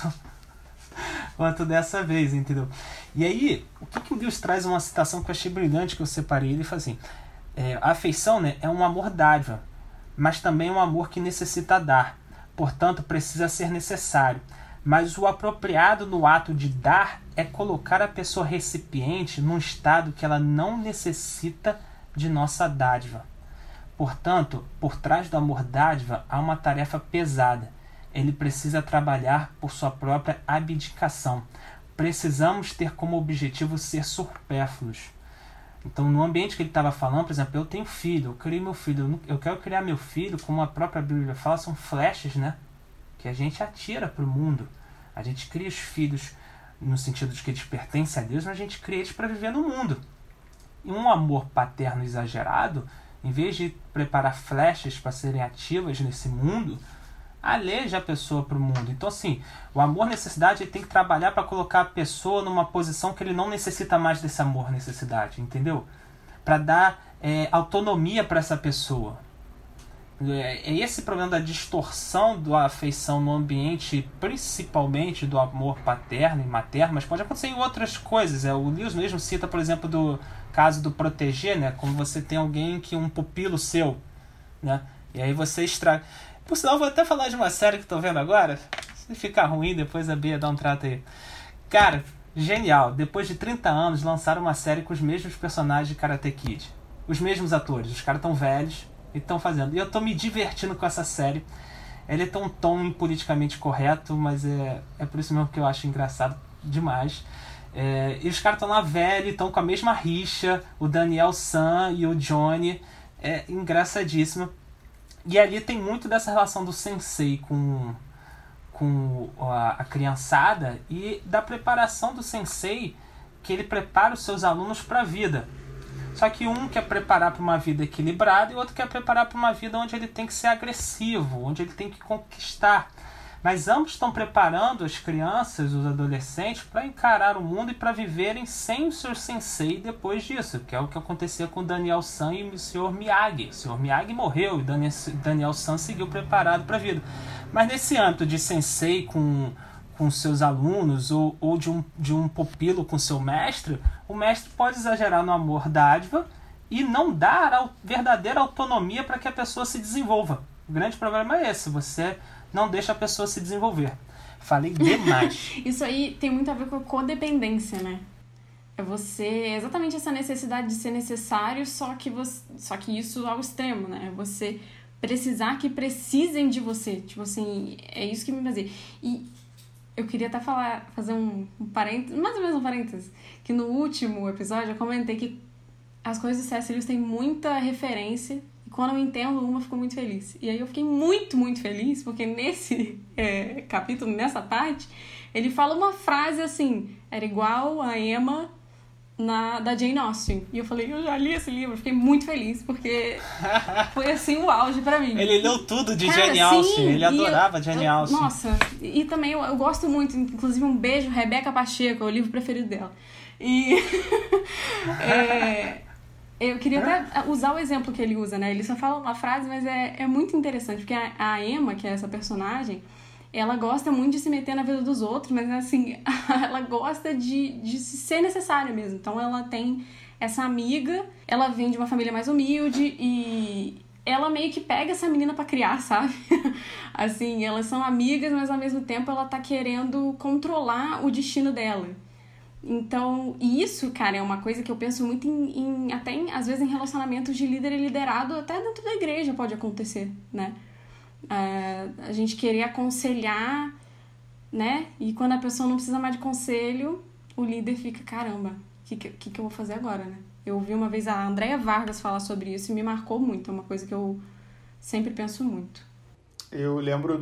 S6: quanto dessa vez, entendeu? E aí, o que o Deus traz uma citação que eu achei brilhante, que eu separei. Ele fala assim, a afeição, né, é um amor dádiva, mas também um amor que necessita dar. Portanto, precisa ser necessário. Mas o apropriado no ato de dar é colocar a pessoa recipiente num estado que ela não necessita de nossa dádiva. Portanto, por trás do amor dádiva há uma tarefa pesada. Ele precisa trabalhar por sua própria abdicação. Precisamos ter como objetivo ser supérfluos. Então, no ambiente que ele estava falando, por exemplo, eu tenho filho, eu criei meu filho, eu quero criar meu filho, como a própria Bíblia fala, são flechas, né? Que a gente atira para o mundo. A gente cria os filhos no sentido de que eles pertencem a Deus, mas a gente cria eles para viver no mundo. E um amor paterno exagerado, em vez de preparar flechas para serem ativas nesse mundo, aleja a pessoa para o mundo. Então, assim, o amor necessidade, ele tem que trabalhar para colocar a pessoa numa posição que ele não necessita mais desse amor necessidade, entendeu? Para dar autonomia para essa pessoa. É esse problema da distorção da afeição no ambiente, principalmente do amor paterno e materno, mas pode acontecer em outras coisas. O Lewis mesmo cita, por exemplo, do caso do proteger, né? Como você tem alguém que um pupilo seu, né? E aí você estraga. Por sinal, vou até falar de uma série que estou vendo agora. Se ficar ruim, depois a Bia dá um trato aí. Cara, genial. Depois de 30 anos, lançaram uma série com os mesmos personagens de Karate Kid. Os mesmos atores. Os caras estão velhos e estão fazendo. E eu tô me divertindo com essa série. Ele tem um tom politicamente correto, mas é por isso mesmo que eu acho engraçado demais. E os caras estão lá velhos, estão com a mesma rixa. O Daniel San e o Johnny. É engraçadíssimo. E ali tem muito dessa relação do sensei com a criançada e da preparação do sensei, que ele prepara os seus alunos para a vida. Só que um quer preparar para uma vida equilibrada e o outro quer preparar para uma vida onde ele tem que ser agressivo, onde ele tem que conquistar. Mas ambos estão preparando as crianças, os adolescentes, para encarar o mundo e para viverem sem o seu sensei depois disso, que é o que acontecia com o Daniel San e o Sr. Miyagi. O Sr. Miyagi morreu e o Daniel San seguiu preparado para a vida. Mas nesse âmbito de sensei com seus alunos ou de um pupilo com seu mestre, o mestre pode exagerar no amor dádiva e não dar a verdadeira autonomia para que a pessoa se desenvolva. O grande problema é esse, você não deixa a pessoa se desenvolver. Falei demais.
S5: Isso aí tem muito a ver com a codependência, né? É exatamente essa necessidade de ser necessário, só que isso ao extremo, né? Você precisar que precisem de você. Tipo assim, é isso que me fazia. E eu queria até fazer um parênteses, mais ou menos um parênteses, que no último episódio eu comentei que as coisas do C.S. Lewis têm muita referência e quando eu entendo uma, eu fico muito feliz. E aí eu fiquei muito, muito feliz porque nesse capítulo, nessa parte, ele fala uma frase assim, era igual a Emma da Jane Austen. E eu falei, eu já li esse livro, fiquei muito feliz, porque foi assim o auge pra mim.
S6: Ele leu tudo de Jane Austen, ele adorava Jane Austen.
S5: Nossa, e também eu gosto muito, inclusive um beijo, Rebeca Pacheco, é o livro preferido dela. E eu queria até usar o exemplo que ele usa, né? Ele só fala uma frase, mas é muito interessante, porque a Emma, que é essa personagem, ela gosta muito de se meter na vida dos outros, mas assim, ela gosta de ser necessária mesmo. Então ela tem essa amiga, ela vem de uma família mais humilde e ela meio que pega essa menina pra criar, sabe? Assim, elas são amigas, mas ao mesmo tempo ela tá querendo controlar o destino dela. Então, isso, cara, é uma coisa que eu penso muito às vezes em relacionamentos de líder e liderado, até dentro da igreja pode acontecer, né? A gente querer aconselhar, né? E quando a pessoa não precisa mais de conselho, o líder fica, caramba, o que eu vou fazer agora, né? Eu ouvi uma vez a Andréa Vargas falar sobre isso e me marcou muito, é uma coisa que eu sempre penso muito.
S4: Eu lembro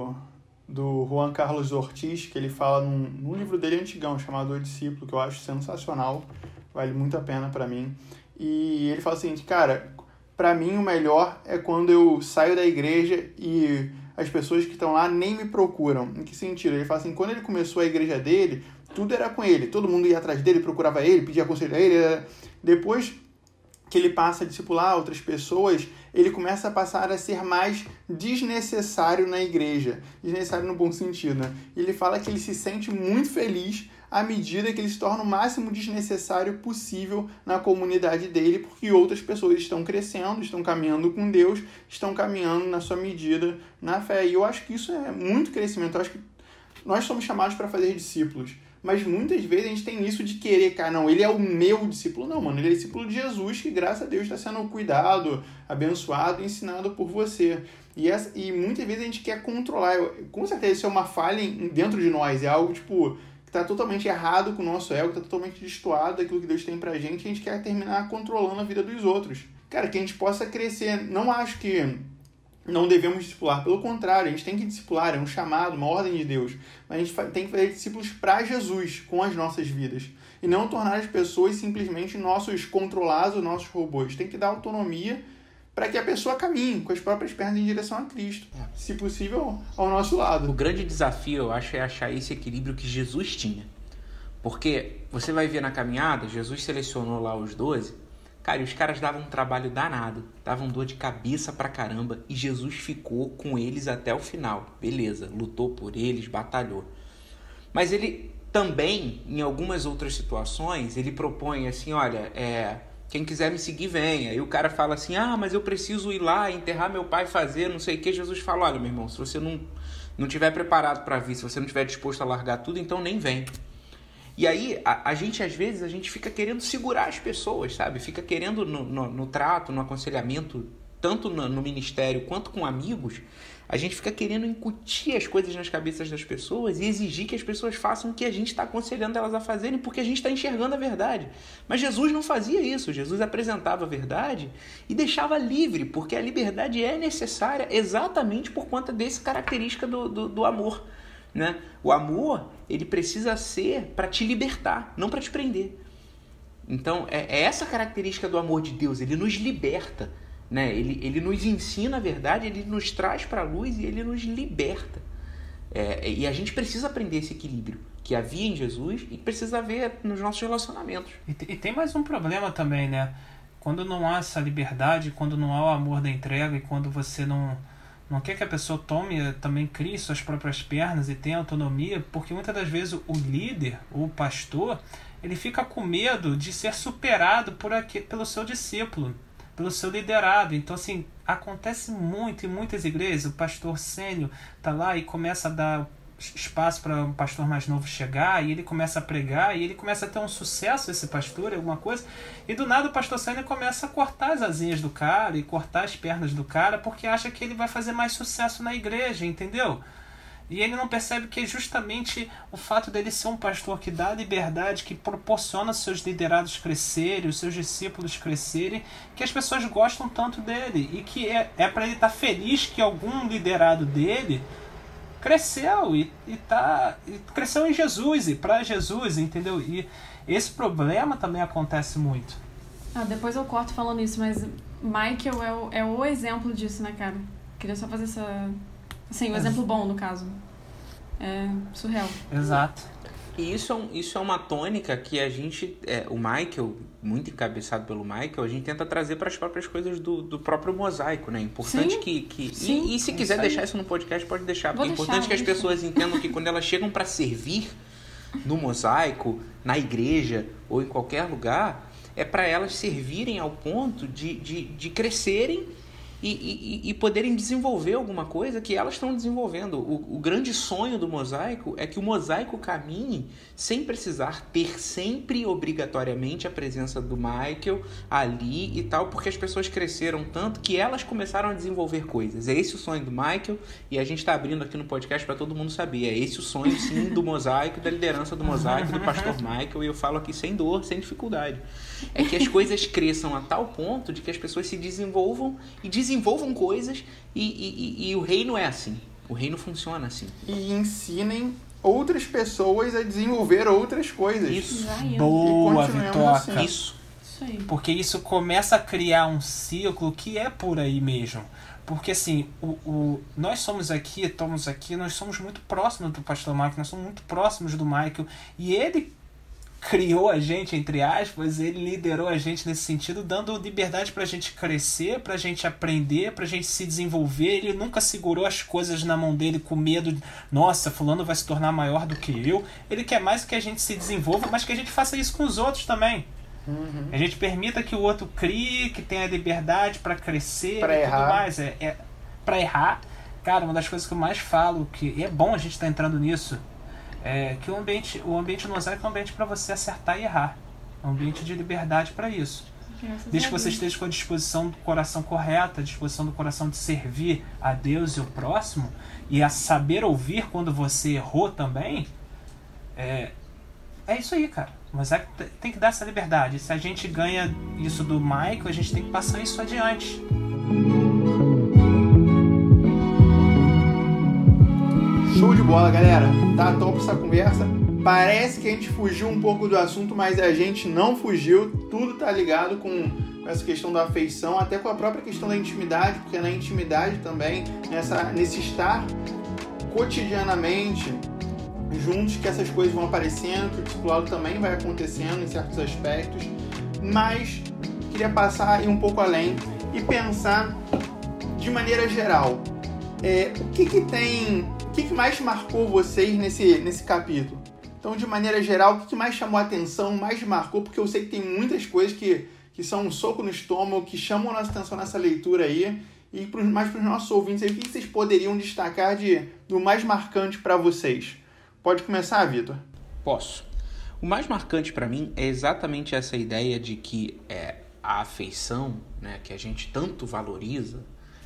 S4: do Juan Carlos Ortiz, que ele fala num livro dele antigão, chamado O Discípulo, que eu acho sensacional, vale muito a pena pra mim. E ele fala assim, cara, pra mim o melhor é quando eu saio da igreja e as pessoas que estão lá nem me procuram. Em que sentido? Ele fala assim, quando ele começou a igreja dele, tudo era com ele, todo mundo ia atrás dele, procurava ele, pedia conselho a ele. Depois que ele passa a discipular outras pessoas, ele começa a passar a ser mais desnecessário na igreja. Desnecessário no bom sentido, né? Ele fala que ele se sente muito feliz à medida que ele se torna o máximo desnecessário possível na comunidade dele, porque outras pessoas estão crescendo, estão caminhando com Deus, estão caminhando na sua medida na fé. E eu acho que isso é muito crescimento. Eu acho que nós somos chamados para fazer discípulos. Mas muitas vezes a gente tem isso de querer, cara, não, ele é o meu discípulo. Não, mano, ele é discípulo de Jesus, que graças a Deus está sendo cuidado, abençoado e ensinado por você. E muitas vezes a gente quer controlar. Com certeza isso é uma falha dentro de nós, é algo, tipo, que está totalmente errado com o nosso ego, está totalmente destoado daquilo que Deus tem pra gente, e a gente quer terminar controlando a vida dos outros. Cara, que a gente possa crescer. Não acho que não devemos discipular, pelo contrário, a gente tem que discipular, é um chamado, uma ordem de Deus, mas a gente tem que fazer discípulos para Jesus com as nossas vidas e não tornar as pessoas simplesmente nossos controlados, nossos robôs. Tem que dar autonomia para que a pessoa caminhe com as próprias pernas em direção a Cristo, se possível ao nosso lado.
S7: O grande desafio, eu acho, é achar esse equilíbrio que Jesus tinha, porque você vai ver na caminhada, Jesus selecionou lá os 12, Cara, e os caras davam um trabalho danado, davam dor de cabeça pra caramba, e Jesus ficou com eles até o final. Beleza, lutou por eles, batalhou. Mas ele também, em algumas outras situações, ele propõe assim, olha, quem quiser me seguir, venha. E o cara fala assim, mas eu preciso ir lá, enterrar meu pai, fazer não sei o que. Jesus fala, olha, meu irmão, se você não estiver preparado para vir, se você não estiver disposto a largar tudo, então nem vem. E aí, a gente, às vezes, fica querendo segurar as pessoas, sabe? Fica querendo, no trato, no aconselhamento, tanto no ministério quanto com amigos, a gente fica querendo incutir as coisas nas cabeças das pessoas e exigir que as pessoas façam o que a gente está aconselhando elas a fazerem, porque a gente está enxergando a verdade. Mas Jesus não fazia isso. Jesus apresentava a verdade e deixava livre, porque a liberdade é necessária exatamente por conta dessa característica do amor. Né? O amor, ele precisa ser para te libertar, não para te prender. Então, é essa característica do amor de Deus, ele nos liberta, né? Ele nos ensina a verdade, ele nos traz para a luz e ele nos liberta. E a gente precisa aprender esse equilíbrio que havia em Jesus e precisa haver nos nossos relacionamentos.
S6: E tem mais um problema também, né? Quando não há essa liberdade, quando não há o amor da entrega e quando você não quer que a pessoa também crie suas próprias pernas e tenha autonomia, porque muitas das vezes o líder, o pastor, ele fica com medo de ser superado pelo seu discípulo, pelo seu liderado. Então, assim, acontece muito em muitas igrejas, o pastor sênior tá lá e começa a dar espaço para um pastor mais novo chegar, e ele começa a pregar, e ele começa a ter um sucesso, esse pastor, alguma coisa, e do nada o pastor sênior começa a cortar as asinhas do cara e cortar as pernas do cara, porque acha que ele vai fazer mais sucesso na igreja, entendeu? E ele não percebe que é justamente o fato dele ser um pastor que dá liberdade, que proporciona aos seus liderados crescerem, os seus discípulos crescerem, que as pessoas gostam tanto dele, e que é para ele estar feliz que algum liderado dele cresceu e cresceu em Jesus e para Jesus, entendeu? E esse problema também acontece muito.
S5: Depois eu corto falando isso, mas Michael é o exemplo disso, né, cara? Queria só fazer assim, o exemplo bom, no caso. É surreal.
S6: Exato.
S7: E isso é uma tônica que a gente, o Michael, muito encabeçado pelo Michael, a gente tenta trazer para as próprias coisas do próprio mosaico, né? Importante
S5: Sim.
S7: E se quiser deixar isso no podcast, pode deixar. Porque é importante que as pessoas entendam que quando elas chegam para servir no mosaico, na igreja ou em qualquer lugar, é para elas servirem ao ponto de crescerem e poderem desenvolver alguma coisa que elas estão desenvolvendo. O grande sonho do mosaico é que o mosaico caminhe sem precisar ter sempre obrigatoriamente a presença do Michael ali e tal, porque as pessoas cresceram tanto que elas começaram a desenvolver coisas. É esse o sonho do Michael, e a gente está abrindo aqui no podcast para todo mundo saber. É esse o sonho, sim, do mosaico, da liderança do mosaico, do pastor Michael, e eu falo aqui sem dor, sem dificuldade. É que as coisas cresçam a tal ponto de que as pessoas se desenvolvam coisas e o reino é assim. O reino funciona assim.
S4: E ensinem outras pessoas a desenvolver outras coisas.
S7: Isso.
S6: Boa, Vitoca.
S4: Assim.
S7: Isso
S5: aí.
S6: Porque isso começa a criar um ciclo que é por aí mesmo. Porque assim, nós estamos aqui, nós somos muito próximos do pastor Michael, nós somos muito próximos do Michael, e ele criou a gente, entre aspas, ele liderou a gente nesse sentido, dando liberdade pra gente crescer, pra gente aprender, pra gente se desenvolver. Ele nunca segurou as coisas na mão dele com medo, nossa, fulano vai se tornar maior do que eu. Ele quer mais que a gente se desenvolva, mas que a gente faça isso com os outros também.
S4: Uhum.
S6: A gente permita que o outro crie, que tenha liberdade pra crescer
S4: pra
S6: e
S4: errar.
S6: tudo mais. Pra errar, cara, uma das coisas que eu mais falo, que é bom a gente estar entrando nisso, é que o ambiente no mosaico é um ambiente para você acertar e errar. É um ambiente de liberdade para isso. Desde que você esteja com a disposição do coração correta, a disposição do coração de servir a Deus e o próximo, e a saber ouvir quando você errou também, é isso aí, cara. O mosaico tem que dar essa liberdade. Se a gente ganha isso do Michael, a gente tem que passar isso adiante.
S4: Show de bola, galera. Tá top essa conversa. Parece que a gente fugiu um pouco do assunto, mas a gente não fugiu. Tudo tá ligado com essa questão da afeição, até com a própria questão da intimidade, porque na intimidade também, nesse estar cotidianamente juntos, que essas coisas vão aparecendo, que o discipulado também vai acontecendo em certos aspectos. Mas queria queria passar e um pouco além e pensar de maneira geral. O que mais marcou vocês nesse capítulo? Então, de maneira geral, o que mais chamou a atenção, mais marcou? Porque eu sei que tem muitas coisas que são um soco no estômago, que chamam a nossa atenção nessa leitura aí. E mais para os nossos ouvintes, o que vocês poderiam destacar do mais marcante para vocês? Pode começar, Vitor?
S7: Posso. O mais marcante para mim é exatamente essa ideia de que a afeição, né, que a gente tanto valoriza,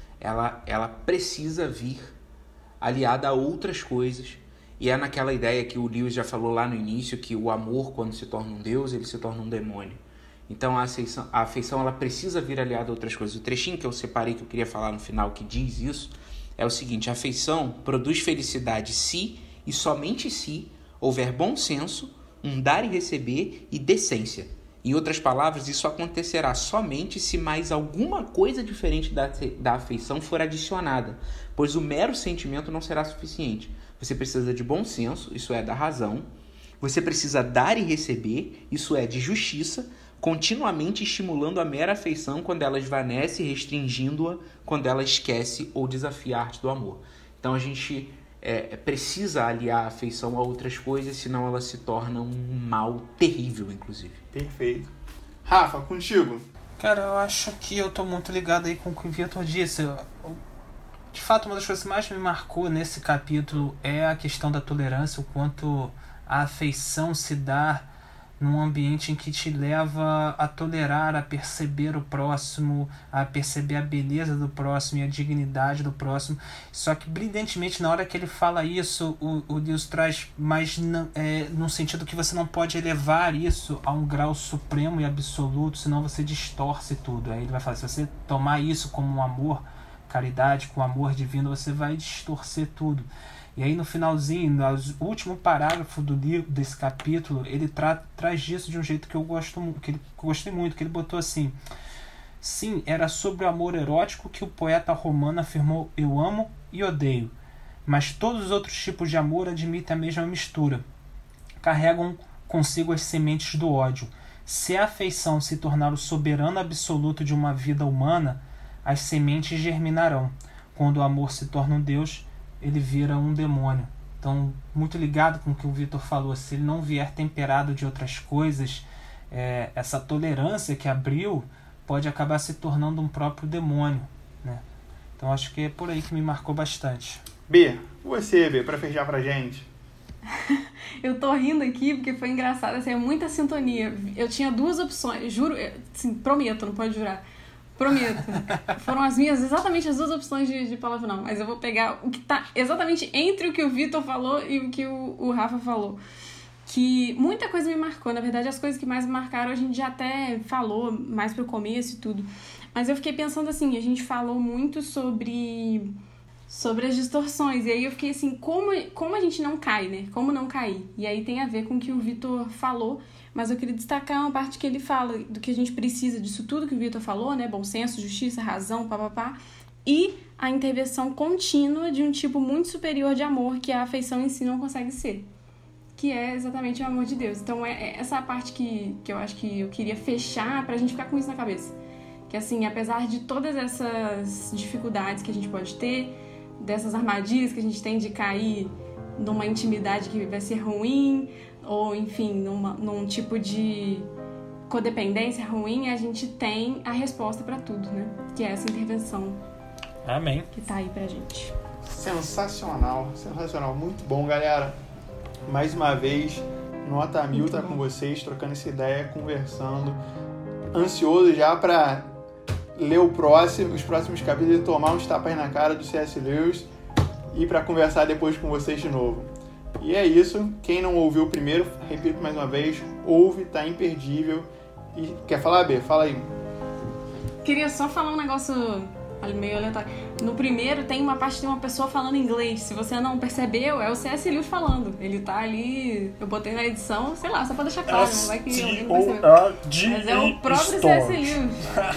S7: ela precisa vir aliada a outras coisas. E é naquela ideia que o Lewis já falou lá no início, que o amor, quando se torna um Deus, ele se torna um demônio. Então a afeição ela precisa vir aliada a outras coisas. O trechinho que eu separei, que eu queria falar no final, que diz isso, é o seguinte: a afeição produz felicidade se, e somente se, houver bom senso, um dar e receber e decência. Em outras palavras, isso acontecerá somente se mais alguma coisa diferente da afeição for adicionada, pois o mero sentimento não será suficiente. Você precisa de bom senso, isso é, da razão. Você precisa dar e receber, isso é, de justiça, continuamente estimulando a mera afeição quando ela esvanece, restringindo-a quando ela esquece ou desafia a arte do amor. Então a gente precisa aliar a afeição a outras coisas, senão ela se torna um mal terrível, inclusive.
S4: Perfeito. Rafa, contigo.
S6: Cara, eu acho que eu tô muito ligado aí com o que o Vitor disse. De fato, uma das coisas que mais me marcou nesse capítulo é a questão da tolerância, o quanto a afeição se dá num ambiente em que te leva a tolerar, a perceber o próximo, a perceber a beleza do próximo e a dignidade do próximo. Só que, brilhantemente, na hora que ele fala isso, o Deus traz mais num sentido que você não pode elevar isso a um grau supremo e absoluto, senão você distorce tudo. Aí ele vai falar, se você tomar isso como um amor, caridade, com amor divino, você vai distorcer tudo. E aí no finalzinho, no último parágrafo do livro, desse capítulo, ele traz disso de um jeito que eu gostei muito, que ele botou assim: sim, era sobre o amor erótico que o poeta romano afirmou eu amo e odeio, mas todos os outros tipos de amor admitem a mesma mistura, carregam consigo as sementes do ódio. Se a afeição se tornar o soberano absoluto de uma vida humana, as sementes germinarão. Quando o amor se torna um Deus, ele vira um demônio. Então, muito ligado com o que o Vitor falou, se ele não vier temperado de outras coisas, essa tolerância que abriu pode acabar se tornando um próprio demônio, né? Então, acho que é por aí que me marcou bastante.
S4: B, você, B, pra fechar pra gente.
S5: Eu tô rindo aqui porque foi engraçado, assim, é muita sintonia. Eu tinha duas opções, juro, assim, prometo, não pode jurar. Prometo. Foram exatamente as duas opções de palavra não. Mas eu vou pegar o que tá exatamente entre o que o Vitor falou e o que o Rafa falou. Que muita coisa me marcou. Na verdade, as coisas que mais me marcaram a gente já até falou mais pro começo e tudo. Mas eu fiquei pensando assim, a gente falou muito sobre as distorções. E aí eu fiquei assim, como a gente não cai, né? Como não cair? E aí tem a ver com o que o Vitor falou. Mas eu queria destacar uma parte que ele fala do que a gente precisa disso tudo que o Vitor falou, né? Bom senso, justiça, razão, papapá. E a intervenção contínua de um tipo muito superior de amor que a afeição em si não consegue ser. Que é exatamente o amor de Deus. Então essa é a parte que eu acho que eu queria fechar pra gente ficar com isso na cabeça. Que assim, apesar de todas essas dificuldades que a gente pode ter, dessas armadilhas que a gente tem de cair numa intimidade que vai ser ruim, ou enfim, num tipo de codependência ruim, a gente tem a resposta para tudo, né? Que é essa intervenção.
S6: Amém.
S5: Que tá aí pra gente.
S4: Sensacional, sensacional. Muito bom, galera. Mais uma vez, Nota 1000 tá com vocês, trocando essa ideia, conversando. Ansioso já para ler os próximos capítulos e tomar uns tapas na cara do C.S. Lewis e para conversar depois com vocês de novo. E é isso. Quem não ouviu o primeiro, repito mais uma vez, ouve, tá imperdível. E quer falar, B? Fala aí.
S5: Queria só falar um negócio meio aleatório. No primeiro tem uma parte de uma pessoa falando inglês. Se você não percebeu, é o C.S. Lewis falando. Ele tá ali, eu botei na edição, sei lá, só pra deixar claro, não vai que alguém não percebeu. Mas é o próprio C.S. Lewis.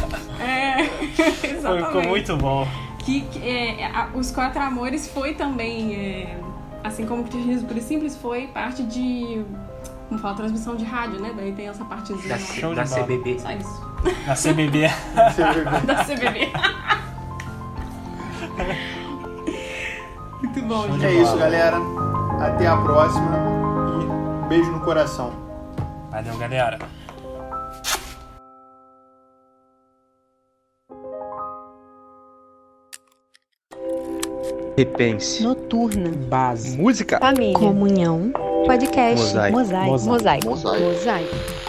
S5: Exatamente.
S6: Ficou muito bom.
S5: Os Quatro Amores foi também, assim como o Cristianismo Puro e Simples, foi parte de, como fala, transmissão de rádio, né? Daí tem essa partezinha.
S7: Da CBB.
S5: Só isso.
S6: Da CBB.
S5: Da CBB. Muito bom, gente.
S4: É isso, galera. Até a próxima e beijo no coração.
S6: Valeu, galera.
S1: Repense.
S2: Noturna.
S1: Base. Música.
S2: Família. Comunhão. Podcast.
S1: Mosaico.
S2: Mosaico.